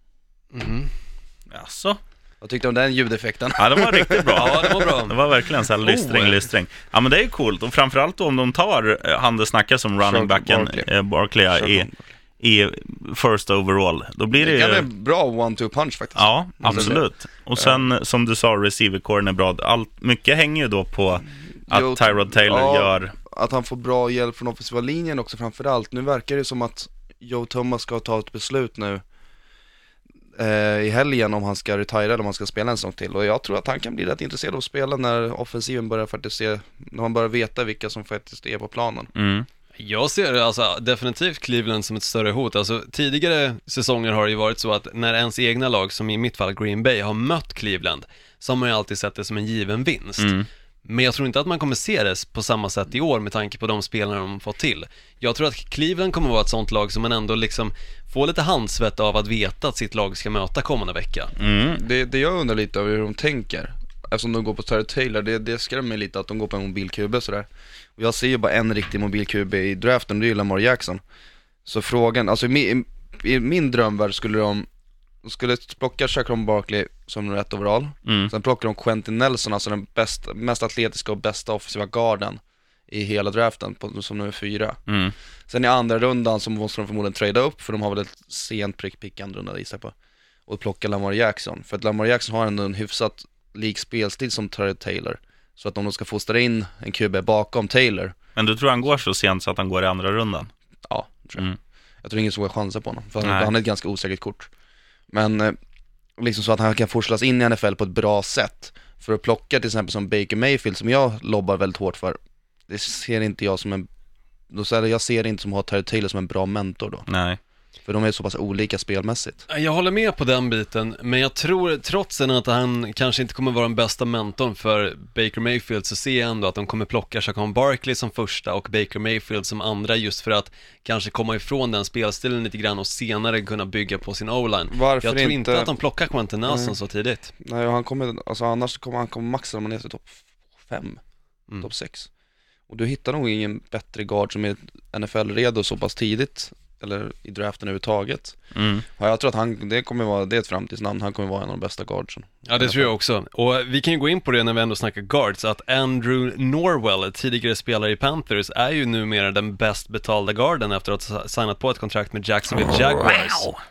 Jaså? Vad tyckte du om den ljudeffekten? Ja, det var riktigt bra. Ja, det var bra. Det var verkligen så här lystring, Oh. lystring. Ja, men det är ju coolt. Och framförallt då om de tar eh, han det snackar som running backen Barkley. eh, Barkley ja, i, i first overall. Då blir det, Det kan ju... bli bra one-two punch faktiskt. Ja, Måste jag säga. absolut. Och sen, som du sa, receiver-coren är bra. Allt, mycket hänger ju då på att Jo, Tyrod Taylor ja, gör... Att han får bra hjälp från offensiva linjen också framförallt. Nu verkar det som att Joe Thomas ska ta ett beslut nu eh, i helgen om han ska retira eller om han ska spela en säsong till. Och jag tror att han kan bli rätt intresserad av att spela när offensiven börjar faktiskt se, när man börjar veta vilka som faktiskt är på planen. Mm. Jag ser alltså definitivt Cleveland som ett större hot. Alltså tidigare säsonger har det ju varit så att när ens egna lag, som i mitt fall Green Bay, har mött Cleveland, så har man ju alltid sett det som en given vinst. Mm. Men jag tror inte att man kommer se det på samma sätt i år med tanke på de spelarna de fått till. Jag tror att Cleveland kommer vara ett sånt lag som man ändå liksom får lite handsvett av att veta att sitt lag ska möta kommande vecka. Mm. Det, det jag undrar lite över hur de tänker. eftersom de går på Terry Taylor, det, det skrämmer mig lite att de går på en mobilkube sådär. Och jag ser ju bara en riktig mobilkube i draften, det är ju Lamar Jackson. Så frågan, alltså i min, i min drömvärld skulle de skulle plocka Saquon Barkley som rätt overall. Mm. Sen plockar de Quentin Nelson, alltså den bästa, mest atletiska och bästa offensiva garden i hela draften på, som nummer fyra. Mm. Sen i andra rundan så måste de förmodligen trada upp, för de har väl ett sent prick-pick andra runda i sig på, och plocka Lamar Jackson. För att Lamar Jackson har ändå en hyfsat lik spelstil som Terry Taylor. Så att om de ska fostra in en Q B bakom Taylor. Men du tror han går så sent så att han går i andra rundan? Ja, tror jag. Mm. Jag tror ingen som har chanser på honom, för han, Nej. han är ett ganska osäkert kort. Men eh, liksom så att han kan forslas in i N F L på ett bra sätt. För att plocka till exempel som Baker Mayfield, som jag lobbar väldigt hårt för, det ser inte jag som en, då säger jag ser inte som att ha Terry Taylor som en bra mentor då. Nej. För de är så pass olika spelmässigt. Jag håller med på den biten, men jag tror trots att han kanske inte kommer vara den bästa mentorn för Baker Mayfield, så ser jag ändå att de kommer plocka Saquon Barkley som första och Baker Mayfield som andra, just för att kanske komma ifrån den spelstilen lite grann och senare kunna bygga på sin O-line. Varför Jag tror inte, inte att de plockar Quentin Nelson Nej. så tidigt. Nej, han kommer, alltså annars kommer han kommer maxa om han är till topp fem, Mm. topp sex. Och du hittar nog ingen bättre guard som är N F L-redo så pass tidigt, eller i draften överhuvudtaget. Mm. Ja, jag tror att han, det kommer vara, det är ett framtidsnamn, han kommer vara en av de bästa guardsen. Ja, det tror jag också. Och vi kan ju gå in på det när vi ändå snackar guards, att Andrew Norwell, tidigare spelare i Panthers, är ju numera den bäst betalda guarden efter att ha signat på ett kontrakt med Jacksonville Jaguars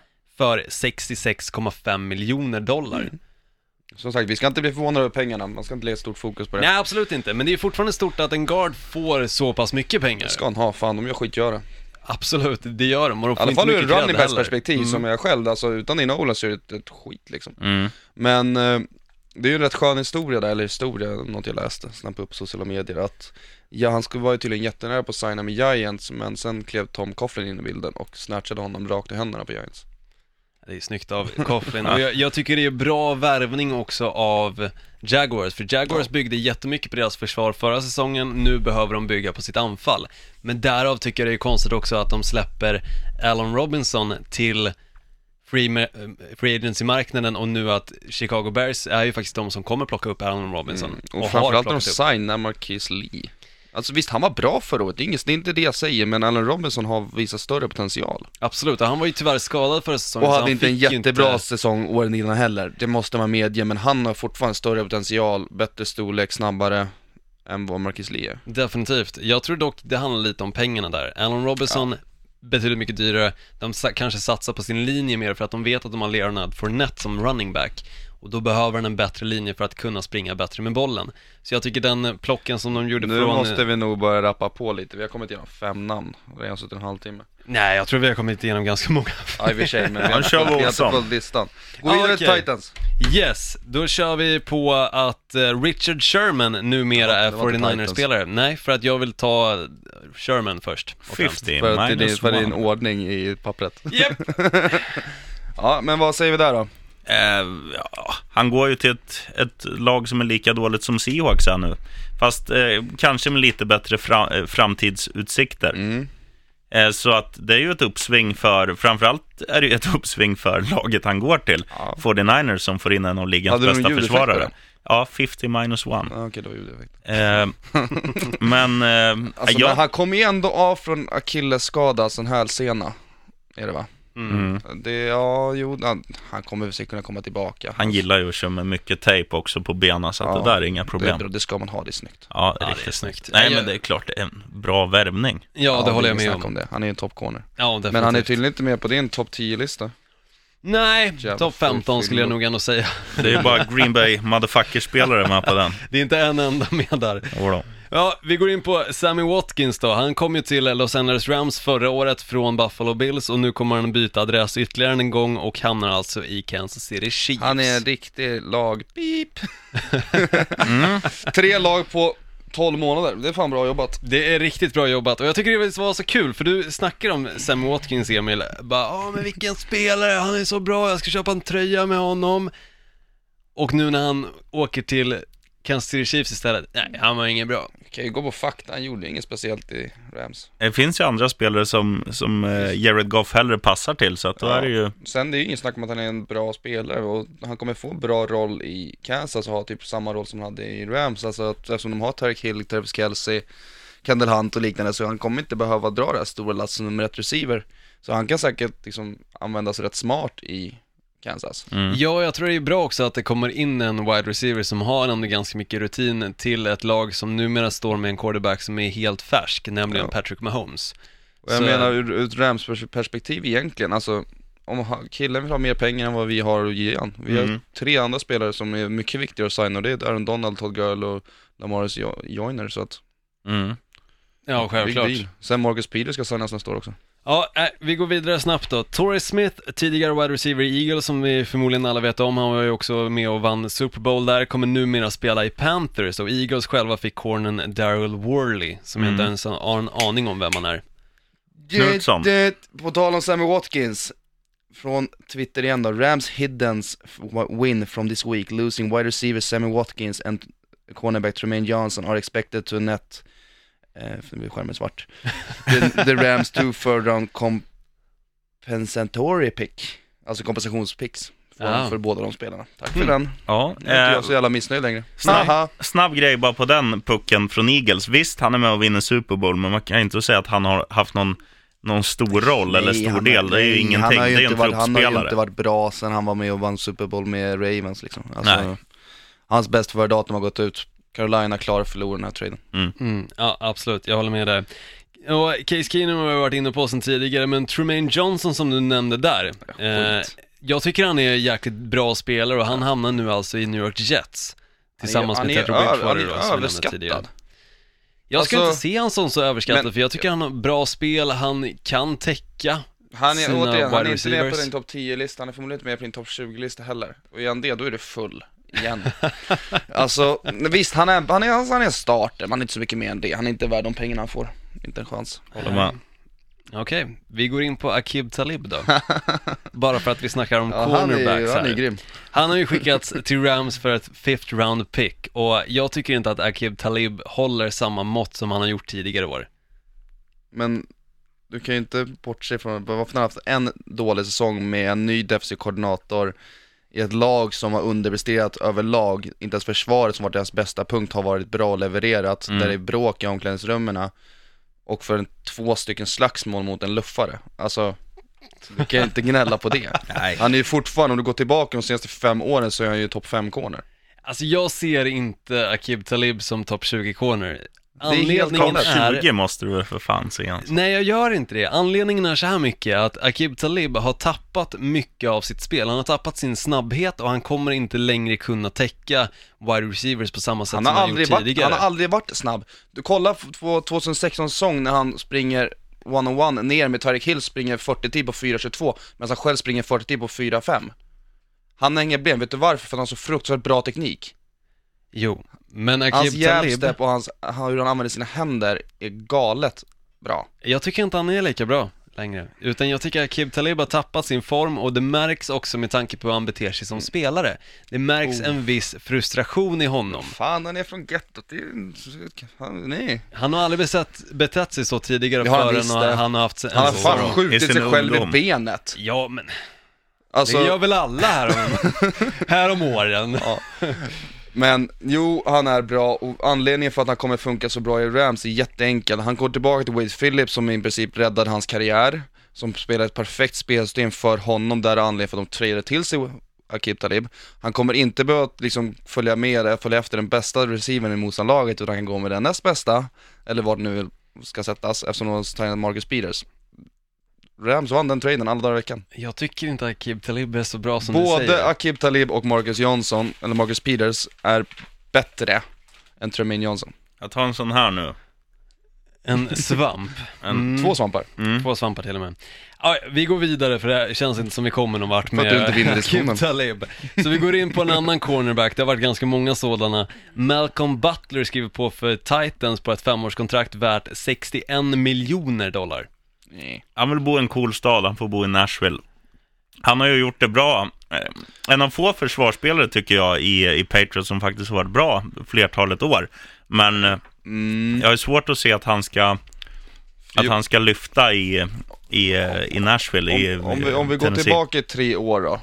för sextiosex komma fem miljoner dollar. Mm. Som sagt, vi ska inte bli förvånade över pengarna, man ska inte lägga stort fokus på det. Nej, absolut inte, men det är fortfarande stort att en guard får så pass mycket pengar. Det ska han ha, fan, de gör skitgöra. Absolut, det gör de, och de I får alla inte fall ur mycket running cred backs heller. perspektiv Mm. som jag själv, alltså utan din O-line så är det ett skit liksom. Mm. Men eh, det är ju en rätt skön historia där, eller historia, något jag läste, snabbt upp på sociala medier, att ja, han skulle vara ju tydligen jättenära på att signa med Giants, men sen klev Tom Coughlin in i bilden och snatchade honom rakt i händerna på Giants. Det är snyggt av Coughlin, och jag, jag tycker det är bra värvning också av Jaguars, för Jaguars byggde jättemycket på deras försvar förra säsongen, nu behöver de bygga på sitt anfall. Men därav tycker jag det är konstigt också att de släpper Allen Robinson till free, free agency-marknaden, och nu att Chicago Bears är ju faktiskt de som kommer plocka upp Allen Robinson. Mm. Och, och har framförallt när de plockat upp. signar Marquise Lee. Alltså visst, han var bra förra året, det är, inget, det är inte det jag säger, men Allen Robinson har visat större potential. Absolut, och han var ju tyvärr skadad förra säsongen. Och så hade han inte en fick jättebra inte... säsong åren innan heller, det måste man medge, men han har fortfarande större potential, bättre storlek, snabbare än vad Marquise Lee är. Definitivt. Jag tror dock det handlar lite om pengarna där. Allen Robinson betydligt mycket dyrare. De sa- kanske satsar på sin linje mer för att de vet att de har Leonard Fournette som running back. Och då behöver han en bättre linje för att kunna springa bättre med bollen. Så jag tycker den plocken som de gjorde Nu från... måste vi nog börja rappa på lite, vi har kommit igenom fem namn, och det har suttit en halvtimme. Nej, jag tror vi har kommit igenom ganska många. Ja, i och för sig, men vi Ja, har kör inte fått- vi har våldsamt. inte fått listan. Gå Ja, vidare till okej. Titans. Yes, då kör vi på att eh, Richard Sherman numera Ja, är det var inte fyrtionio ers-spelare. Nej, för att jag vill ta Sherman först. och främst. femtio För att det är minus för din one. ordning i pappret. Japp! Ja, men vad säger vi där då? Eh, ja, han går ju till ett, ett lag som är lika dåligt som Seahawks är nu. Fast eh, kanske med lite bättre fra, eh, framtidsutsikter. Mm. Eh, så att det är ju ett uppsving för, framförallt är det ju ett uppsving för laget han går till. Ja. fyrtionio ers som får in en av ligans Hade du bästa någon ljudeffekt på försvarare. det? Ja, femtio minus one. Ja, okej, det var ljudeffekt. Eh, men eh, Alltså, jag, men han kommer ju ändå av från akillesskada, alltså en hälsena. Är det va? mm, Det, ja, jo, han, han kommer väl säkert kunna komma tillbaka. han gillar ju att köra med mycket tejp också på benen, så att Ja, det där är inga problem. Det, det ska man ha, det är snyggt. Ja, det är Ja, riktigt det är snyggt. snyggt. Nej, Jag- men det är klart det är en bra värvning. Ja, det håller jag ingen med snack om. det. Han är ju en top corner. Ja, definitivt. Men han är tydligen inte med på din topp tio-lista. Nej, Jävla topp femton skulle jag full- nog ändå säga. Det är ju bara Green Bay motherfucker-spelare med på den. Det är inte en enda med där. Jodå. Ja, vi går in på Sammy Watkins då. Han kom ju till Los Angeles Rams förra året från Buffalo Bills, och nu kommer han byta adress ytterligare en gång och hamnar alltså i Kansas City Chiefs. Han är en riktig lag, beep. Mm. Tre lag på tolv månader, det är fan bra jobbat. Det är riktigt bra jobbat, och jag tycker det var så kul, för du snackar om Sammy Watkins, Emil. Bara, ja men vilken spelare, han är så bra, jag ska köpa en tröja med honom. Och nu när han åker till Kansas City Chiefs istället. Nej, han var ingen bra. Kan ju gå på fakta, han gjorde inget speciellt i Rams. Det finns ju andra spelare som, som eh, Jared Goff hellre passar till, så att då Ja. är det ju... Sen det är ju ingen snack om att han är en bra spelare, och han kommer få bra roll i Kansas och ha typ samma roll som han hade i Rams. Alltså att, eftersom de har Tyreek Hill, Travis Kelce, Kendall Hunt och liknande, så han kommer inte behöva dra det här stora lasset som nummer ett receiver. Så han kan säkert liksom användas rätt smart i Kansas. Mm. Ja, jag tror det är bra också att det kommer in en wide receiver som har ändå ganska mycket rutin till ett lag som numera står med en quarterback som är helt färsk, nämligen Ja. Patrick Mahomes. Och jag Så- menar ur, ur ett Rams perspektiv egentligen, alltså om ha- killen vill ha mer pengar än vad vi har att ge han. Vi Mm. har tre andra spelare som är mycket viktigare att signa, och det är Aaron Donald, Todd Gurley och Lamaris Jo- Joyner, så att Mm. Ja, big självklart. deal. Sen Marcus Peters ska signas nästa år också. Ja, äh, vi går vidare snabbt då. Torrey Smith, tidigare wide receiver i Eagles, som vi förmodligen alla vet om. Han var ju också med och vann Super Bowl där. Kommer numera spela i Panthers, och Eagles själva fick cornern Darryl Worley, som jag inte Mm. ens har en aning om vem han är. Knutsson. Det, det, på tal om Sammy Watkins, från Twitter igen då. Rams hiddens win from this week, losing wide receiver Sammy Watkins and cornerback Tremaine Johnson are expected to net, eh, för nu blir skärmen svart, the, the Rams two third round compensatory pick, alltså kompensationspicks för, Ah. för båda de spelarna. Tack för Mm. den. Ja, Nu är inte eh, jag så jävla missnöjd längre. snabb, Aha. snabb grej bara på den pucken från Eagles. Visst, han är med och vinner Super Bowl, men man kan inte säga att han har haft någon, någon stor roll eller Nej, stor han- del. Det är ju nej, ingenting, han har det ju är ju inte en varit, Han har ju truppspelare. inte varit bra sen han var med och vann Super Bowl med Ravens liksom. Alltså, Nej. hans bäst för datum har gått ut. Carolina klarar förlorar den här traden. Mm, ja, absolut, jag håller med där. Och Case Keenum har vi varit inne på sen tidigare, men Tremaine Johnson som du nämnde där, eh, jag tycker han är jäkligt bra spelare, och han hamnar nu alltså i New York Jets tillsammans han är, med Teddy han är, Bridgewater han då, är som vi nämnde tidigare. överskattad. Jag ska Alltså- inte se han som så överskattad, Men- för jag tycker han har bra spel, han kan täcka Han är, sina återigen, wide han är inte med receivers. på din topp tio-lista, han är förmodligen inte med på din topp tjugo-lista heller. Och är han det, då är det full. Igen. Alltså, visst, han är, han är, han är en starter, man är inte så mycket mer än det. Han är inte värd de pengarna han får. Inte en chans. Håller med. Okej, vi går in på Aqib Talib då. Bara för att vi snackar om Ja, han, är, cornerbacks han är här. grym. Han har ju skickats till Rams för ett fifth round pick, och jag tycker inte att Aqib Talib håller samma mått som han har gjort tidigare år. Men du kan ju inte bortse från, varför han har haft en dålig säsong med en ny defensiv koordinator i ett lag som har underpresterat överlag. Inte ens försvaret som varit deras bästa punkt har varit bra och levererat, Mm. där det är bråk i omklädningsrummen, och för en, två stycken slagsmål mot en luffare. Alltså, du kan ju inte gnälla på det. Nej. Han är ju fortfarande, om du går tillbaka de senaste fem åren, så är han ju topp fem corner. Alltså jag ser inte Aqib Talib som topp tjugo corner. är helt Anledningen galet. är... tjugo måste du väl för fan se hans. Nej, jag gör inte det. Anledningen är så här mycket att Aqib Talib har tappat mycket av sitt spel. Han har tappat sin snabbhet, och han kommer inte längre kunna täcka wide receivers på samma sätt Han som har, han aldrig gjort varit, tidigare. han har aldrig varit snabb. Du kollar på tjugohundrasexton säsong när han springer one-on-one ner med Tyreek Hill, springer fyrtio tid på fyra tjugotvå, medan han själv springer fyrtio tid på fyra fem. Han har inga ben, vet du varför? För att han har så fruktansvärt bra teknik. Jo, men Hans Aqib Talib, jabstep och hans, hur han använder sina händer är galet bra. jag tycker inte han är lika bra längre. Utan jag tycker att Aqib Talib har tappat sin form, och det märks också med tanke på hur han beter sig som spelare. Det märks Oh. en viss frustration i honom. Fan, han är från gettot, det är, han, nej. Han har aldrig betett, betett sig så tidigare Det har han förrän visst han, det. han har haft en Han har så- fan I skjutit sin sig själv i ungdom. benet. Ja, men Alltså, det gör väl alla här om, här om åren. ja. Men jo, han är bra, och anledningen för att han kommer funka så bra i Rams är jätteenkel. Han går tillbaka till Wade Phillips som i princip räddade hans karriär, som spelar ett perfekt spelsystem för honom, där är anledningen för att de tradade till sig Aqib Talib. Han kommer inte behöva liksom följa med, följa efter den bästa receivern i motståndarlaget, utan han kan gå med den näst bästa, eller vad det nu ska sättas, eftersom de har signat Marcus Peters. Rams vann den traden alla dagar i veckan. Jag tycker inte att Aqib Talib är så bra som du Både säger. Aqib Talib och Marcus Johnson, eller Marcus Peters, är bättre än Tremaine Johnson. Jag tar en sån här nu. En svamp. En, Mm. Två svampar. mm. Två svampar till och med. Ja, vi går vidare, för det här känns inte som vi kommer någon vart För att med du inte vinner diskussionen. Aqib Talib. Så vi går in på en annan cornerback. Det har varit ganska många sådana. Malcolm Butler skriver på för Titans på ett femårskontrakt värt sextioen miljoner dollar. Nej. Han vill bo i en cool stad, han får bo i Nashville. Han har ju gjort det bra. En av få försvarsspelare tycker jag i, i Patriots som faktiskt har varit bra flertalet år. Men mm. jag har svårt att se att han ska att han ska lyfta i, i, i Nashville. Om, i, om, vi, om vi går tillbaka i tre år då,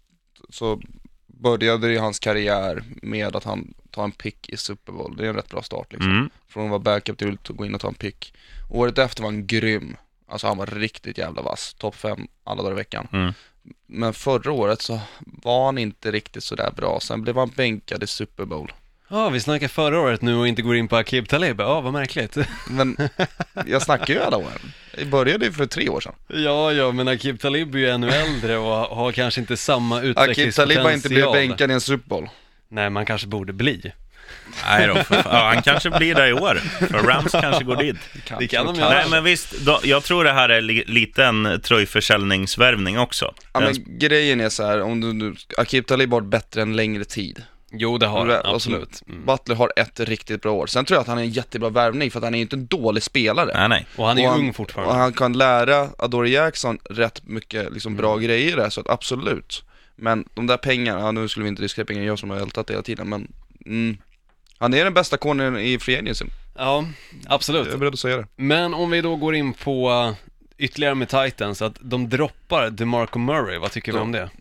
så började ju hans karriär med att han tar en pick i Super Bowl. Det är en rätt bra start liksom. Mm. Från att vara backup till att gå in och ta en pick. Året efter var han grym. Alltså han var riktigt jävla vass. Topp fem alla dagar i veckan. Mm. Men förra året så var han inte riktigt så där bra. Sen blev han bänkad i Super Bowl. Ja, vi snackar förra året nu och inte går in på Aqib Talib. Ja, vad märkligt. Men jag snackar ju alla åren. Det började ju för tre år sedan. Ja, ja, men Aqib Talib är ju ännu äldre och har kanske inte samma utvecklingspotential. Aqib Talib har inte blivit bänkad i en Super Bowl. Nej, man kanske borde bli. Nej då, för, ja, han kanske blir där i år. För Rams kanske går dit. Det kan de göra. Nej, men visst, då, jag tror det här är li, lite en tröjförsäljningsvärvning också. Ja, men grejen är så här, om du, du Aqib Talib har bättre en längre tid. Jo, det har han, absolut. Mm. Butler har ett riktigt bra år. Sen tror jag att han är en jättebra värvning, för att han är inte en dålig spelare. Nej, nej. Och han är och ung han, fortfarande. Och han kan lära Adoree Jackson rätt mycket liksom, bra mm. grejer där, så att absolut. Men de där pengarna, ja, nu skulle vi inte diskutera pengar, jag som har ältat det hela tiden, men mm, han är den bästa cornern i free agency. Ja, absolut. Jag är beredd att säga det. Men om vi då går in på ytterligare med Titans, att de droppar DeMarco Murray, vad tycker ja. vi om det?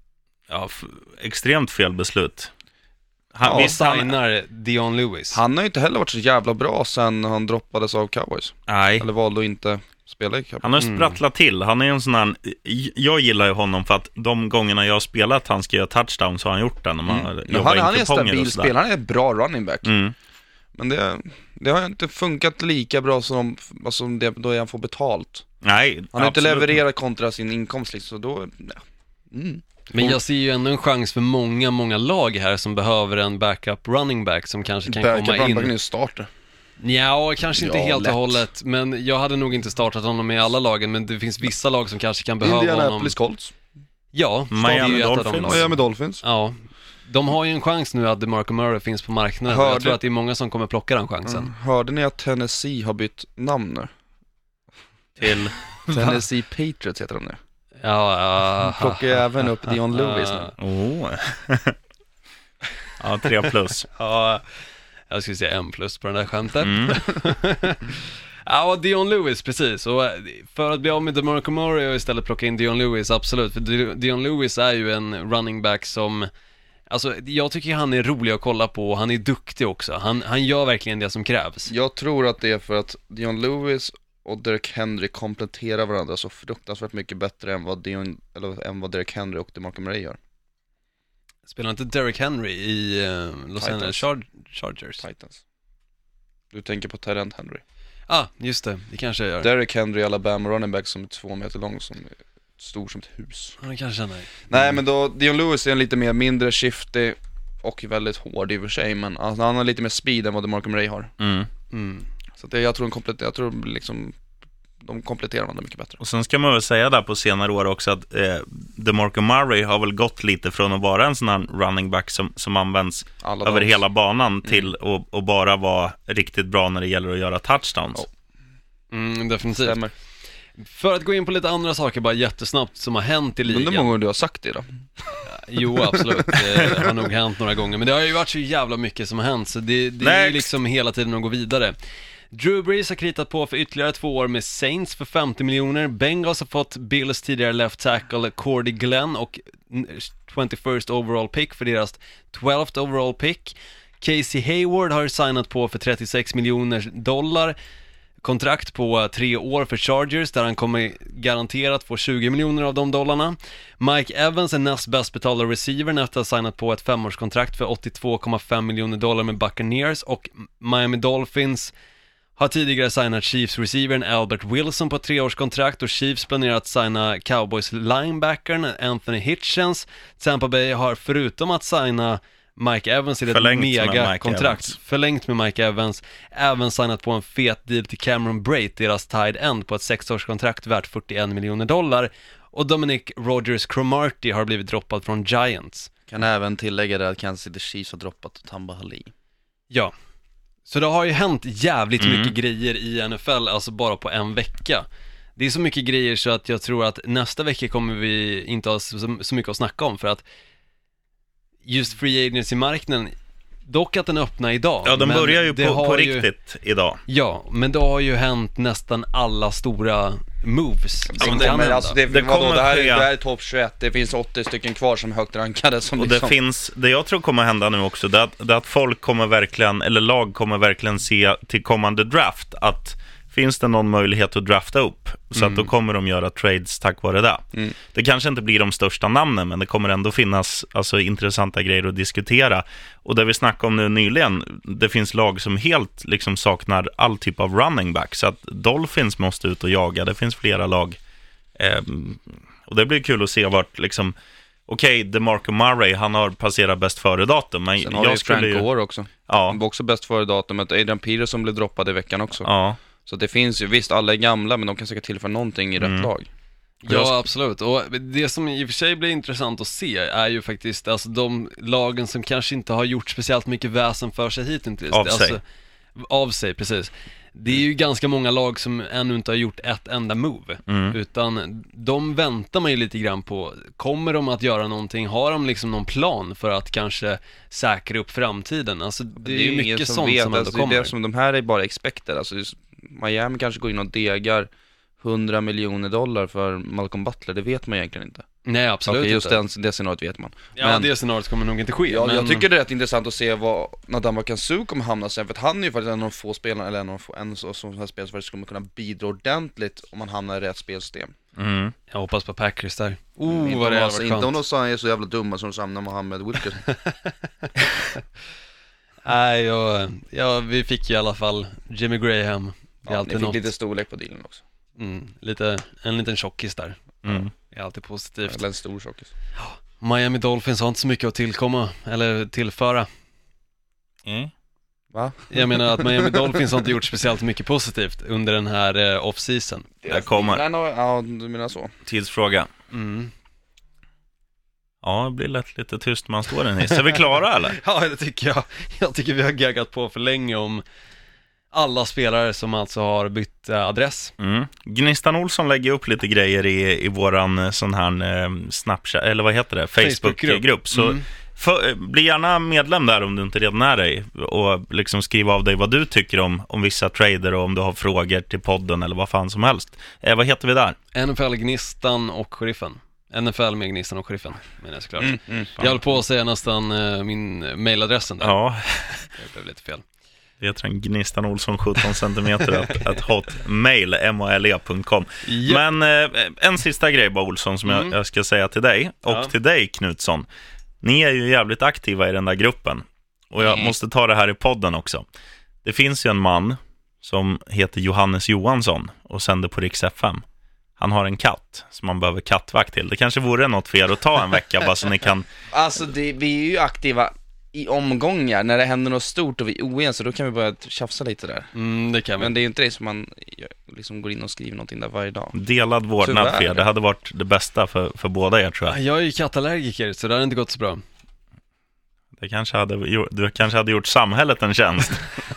Ja, f- extremt fel beslut. Han ja, visst signar han... Dion Lewis. Han har ju inte heller varit så jävla bra sen han droppades av Cowboys. Nej. Eller valde att inte spela i Cowboys. Han har sprattlat till. Han är en sån här... Jag gillar ju honom för att de gångerna jag har spelat att han ska göra touchdown så har han gjort den. När man mm. han, han är en stabil spelare. Han är en bra running back. Mm. Men det, det har inte funkat lika bra som alltså det, då han får betalt. Nej, han har inte levererat kontra sin inkomst liksom, så då... Ja. Mm. Men jag ser ju ändå en chans för många, många lag här som behöver en backup running back som kanske kan backup komma in. Backup running starter. Ja, kanske inte ja, helt lätt. och hållet, men jag hade nog inte startat honom i alla lagen, men det finns vissa lag som kanske kan behöva honom. Indianapolis Colts. Ja, Miami Dolphins. Miami Dolphins. Ja. De har ju en chans nu att DeMarco Murray finns på marknaden. Hörde... Jag tror att det är många som kommer plocka den chansen. Mm. Hörde ni att Tennessee har bytt namn nu? Till Tennessee Patriots heter de nu. Ja, ja. De plockar ju även upp Dion Lewis nu. Oh. Ja, tre plus. Ja, jag skulle säga en plus på den där skämtet. Mm. Ja, Dion Lewis, precis. Och för att bli av med DeMarco Murray och istället plocka in Dion Lewis, absolut. För Dion Lewis är ju en running back som... Alltså, jag tycker han är rolig att kolla på och han är duktig också. Han, han gör verkligen det som krävs. Jag tror att det är för att Dion Lewis och Derrick Henry kompletterar varandra så fruktansvärt mycket bättre än vad, Dion, eller, än vad Derrick Henry och DeMarco Murray gör. Spelar inte Derrick Henry i uh, Los Titans. Angeles Char- Chargers? Titans. Du tänker på Tyrant Henry. Ah, just det. Det kanske jag gör. Derrick Henry, Alabama running back som är två meter lång, som är stor som ett hus. Ja, det kanske känner. Mm. Nej, men då, Dion Lewis är en lite mer mindre shifty och väldigt hård i och för sig, men alltså, han har lite mer speed än vad DeMarco Murray har. Mm. Mm. Så det, jag tror de kompletterar, jag tror liksom de kompletterar varandra mycket bättre. Och sen ska man väl säga där på senare år också att eh, DeMarco Murray har väl gått lite från att vara en sån här running back som, som används Alla över dans. hela banan till mm. att och bara vara riktigt bra när det gäller att göra touchdowns. Oh. Mm, definitivt. Stämmer. För att gå in på lite andra saker bara jättesnabbt som har hänt i ligan. Men det är många gånger du har sagt det då. Jo, absolut. Det har nog hänt några gånger. Men det har ju varit så jävla mycket som har hänt, så det, det är ju liksom hela tiden att gå vidare. Drew Brees har kritat på för ytterligare två år med Saints för femtio miljoner. Bengals har fått Bills tidigare left tackle Cordy Glenn och twenty-first overall pick för deras twelfth overall pick. Casey Hayward har signat på för trettiosex miljoner dollar. Kontrakt på tre år för Chargers där han kommer garanterat få tjugo miljoner av de dollarna. Mike Evans är näst bäst betalda receivern efter att ha signat på ett femårskontrakt för åttiotvå komma fem miljoner dollar med Buccaneers, och Miami Dolphins har tidigare signat Chiefs-receivern Albert Wilson på ett treårskontrakt, och Chiefs planerar att signa Cowboys linebackern Anthony Hitchens. Tampa Bay har förutom att signa Mike Evans i ett mega-kontrakt förlängt med Mike Evans, även signat på en fet deal till Cameron Brate, deras tight end, på ett sexårskontrakt värt fyrtioen miljoner dollar. Och Dominic Rodgers-Cromartie har blivit droppad från Giants. Kan även tillägga det att Kansas City Chiefs har droppat Tamba Hali. Ja, så det har ju hänt jävligt mm. mycket grejer i N F L, alltså bara på en vecka. det är så mycket grejer så att jag tror att nästa vecka kommer vi inte ha så, så mycket att snacka om, för att just free agency-marknaden, dock att den öppnar idag. Ja, den börjar ju på, på ju, riktigt idag. Ja, men det har ju hänt nästan alla stora moves Ja, som men kan det, men hända. alltså det, Det vadå, kommer det, här, är- ske. det här är topp tjugoett, det finns åttio stycken kvar som är högt rankade som Och liksom... det finns, det jag tror kommer hända nu också, det är, att, det är att folk kommer verkligen, eller lag kommer verkligen se till kommande draft att finns det någon möjlighet att drafta upp, så Mm. att då kommer de göra trades tack vare det. Mm. Det kanske inte blir de största namnen, men det kommer ändå finnas alltså, intressanta grejer att diskutera. Och det vi snackade om nu nyligen, det finns lag som helt liksom saknar all typ av running back, så att Dolphins måste ut och jaga. Det finns flera lag. Ehm, och det blir kul att se vart liksom, okej, okay, DeMarco Murray, han har passerat bäst före datum, men Sen har vi jag skulle Frank ju... Gore också. Ja, Han var också bäst före datumet. Adrian Peterson blev droppad i veckan också. ja. Så det finns ju, visst alla är gamla, men de kan säkert tillföra någonting i Mm. rätt lag. Ja, absolut. Och det som i och för sig blir intressant att se är ju faktiskt alltså de lagen som kanske inte har gjort speciellt mycket väsen för sig hittills. Av sig. Alltså, av sig, precis. Det är ju ganska många lag som ännu inte har gjort ett enda move. Mm. Utan de väntar man ju lite grann på. Kommer de att göra någonting? Har de liksom någon plan för att kanske säkra upp framtiden? Alltså det, är ju ingen mycket sånt vet, som ändå alltså, det är kommer. det som de här är bara expected. Alltså, just Miami kanske går in och degar hundra miljoner dollar för Malcolm Butler, det vet man egentligen inte. Nej, absolut Okej, just inte. den, det scenariot vet man. Ja, Men- det scenariot kommer nog inte ske. Ja, men... jag tycker det är rätt intressant att se vad Nadama Kansu kommer hamna sen, för att han är ju faktiskt en av de få spelarna, eller en av de få, en så- som här spelare som faktiskt kommer kunna bidra ordentligt om man hamnar i rätt spelsystem. Mm. Jag hoppas på Packers där. inte Oh, om vad det de- hade varit Inte om skönt. de sa är så jävla dumma som de samlar Mohammed Wilkerson. Nej, jag, ja, vi fick ju i alla fall Jimmy Graham. Det är Ja, ni alltid fick något. lite storlek på dealen också. Mm, lite, en liten tjockis där. Mm. Det är alltid positivt. Eller en stor tjockis. Miami Dolphins har inte så mycket att tillkomma, eller tillföra. Mm. Va? Jag menar att Miami Dolphins har inte gjort speciellt mycket positivt under den här eh, off-season. Där kommer Nej, no, ja, du menar så. tidsfråga. Mm. Ja, det blir lätt lite tyst man står en hiss. Är vi klara eller? Ja, det tycker jag. Jag tycker vi har gaggat på för länge om alla spelare som alltså har bytt eh, adress. Mm. Gnistan Olsson lägger upp lite grejer i, i våran eh, sån här eh, Snapchat, eller vad heter det? Facebook-grupp. Facebook-grupp. Så Mm. för, eh, bli gärna medlem där om du inte redan är dig, och liksom skriva av dig vad du tycker om, om vissa trader, och om du har frågor till podden eller vad fan som helst. Eh, vad heter vi där? N F L Gnistan och Sheriffen. N F L med Gnistan och Sheriffen, menar jag såklart. Mm, mm. Jag höll på att säga nästan eh, min mailadressen där. Ja, Det blev lite fel. det heter en Gnistan Olsson sjutton centimeter att, att hotmail, m a l e punkt com. Ja. Men eh, en sista grej bara, Olsson, som Mm. jag, jag ska säga till dig och Ja. till dig, Knutsson. Ni är ju jävligt aktiva i den där gruppen, och jag Mm. måste ta det här i podden också. Det finns ju en man som heter Johannes Johansson och sänder på Riks F M. Han har en katt som man behöver kattvakt till. Det kanske vore något för er att ta en vecka bara så ni kan... Alltså det, vi är ju aktiva i omgångar, när det händer något stort och vi är oense, då kan vi börja tjafsa lite där. Mm, det kan vi. Men det är ju inte det som man liksom går in och skriver någonting där varje dag. Delad vårdnad för er. Tyvärr. Det hade varit det bästa för, för båda er, tror jag. Jag är ju kattallergiker, så det hade inte gått så bra. Det kanske hade, gjort- du kanske hade gjort samhället en tjänst.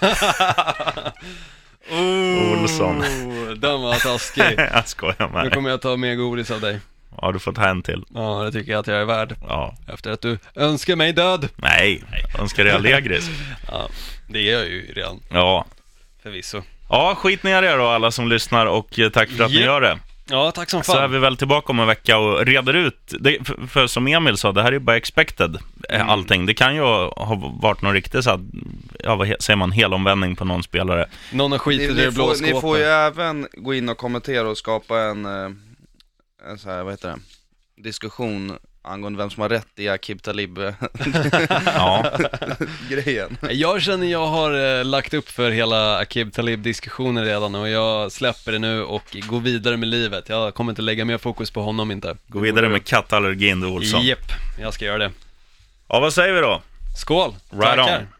Olsson. Den var taskig. Jag skojar med Nu dig. kommer jag ta mer godis av dig. Ja, du får ta en till. Ja, det tycker jag att jag är värd. Ja. Efter att du önskar mig död. Nej, jag önskar dig Allegris. Ja, det är jag ju redan, Ja. förvisso. Ja, skit ner er då, alla som lyssnar, och eh, tack för att ni Ja. gör det. Ja, tack som Så är fan. vi väl tillbaka om en vecka och reder ut det, för, för som Emil sa, det här är ju bara expected, eh, Mm. allting. Det kan ju ha varit någon riktigt så här, ja, vad he- säger man, helomvändning på någon spelare. Någon har skitit i Ni, det ni, blå får, ni får ju skåpet. även gå in och kommentera och skapa en, eh, en så här, vad heter det, diskussion angående vem som har rätt i Akib Ja, Talib-grejen. Jag känner jag har eh, lagt upp för hela Akib Talib-diskussionen redan, och jag släpper det nu och går vidare med livet. Jag kommer inte lägga mer fokus på honom inte. gå vidare med kattallergin då, Olsson. Japp, jag ska göra det. Ja, vad säger vi då? Skål! Right on. Tackar.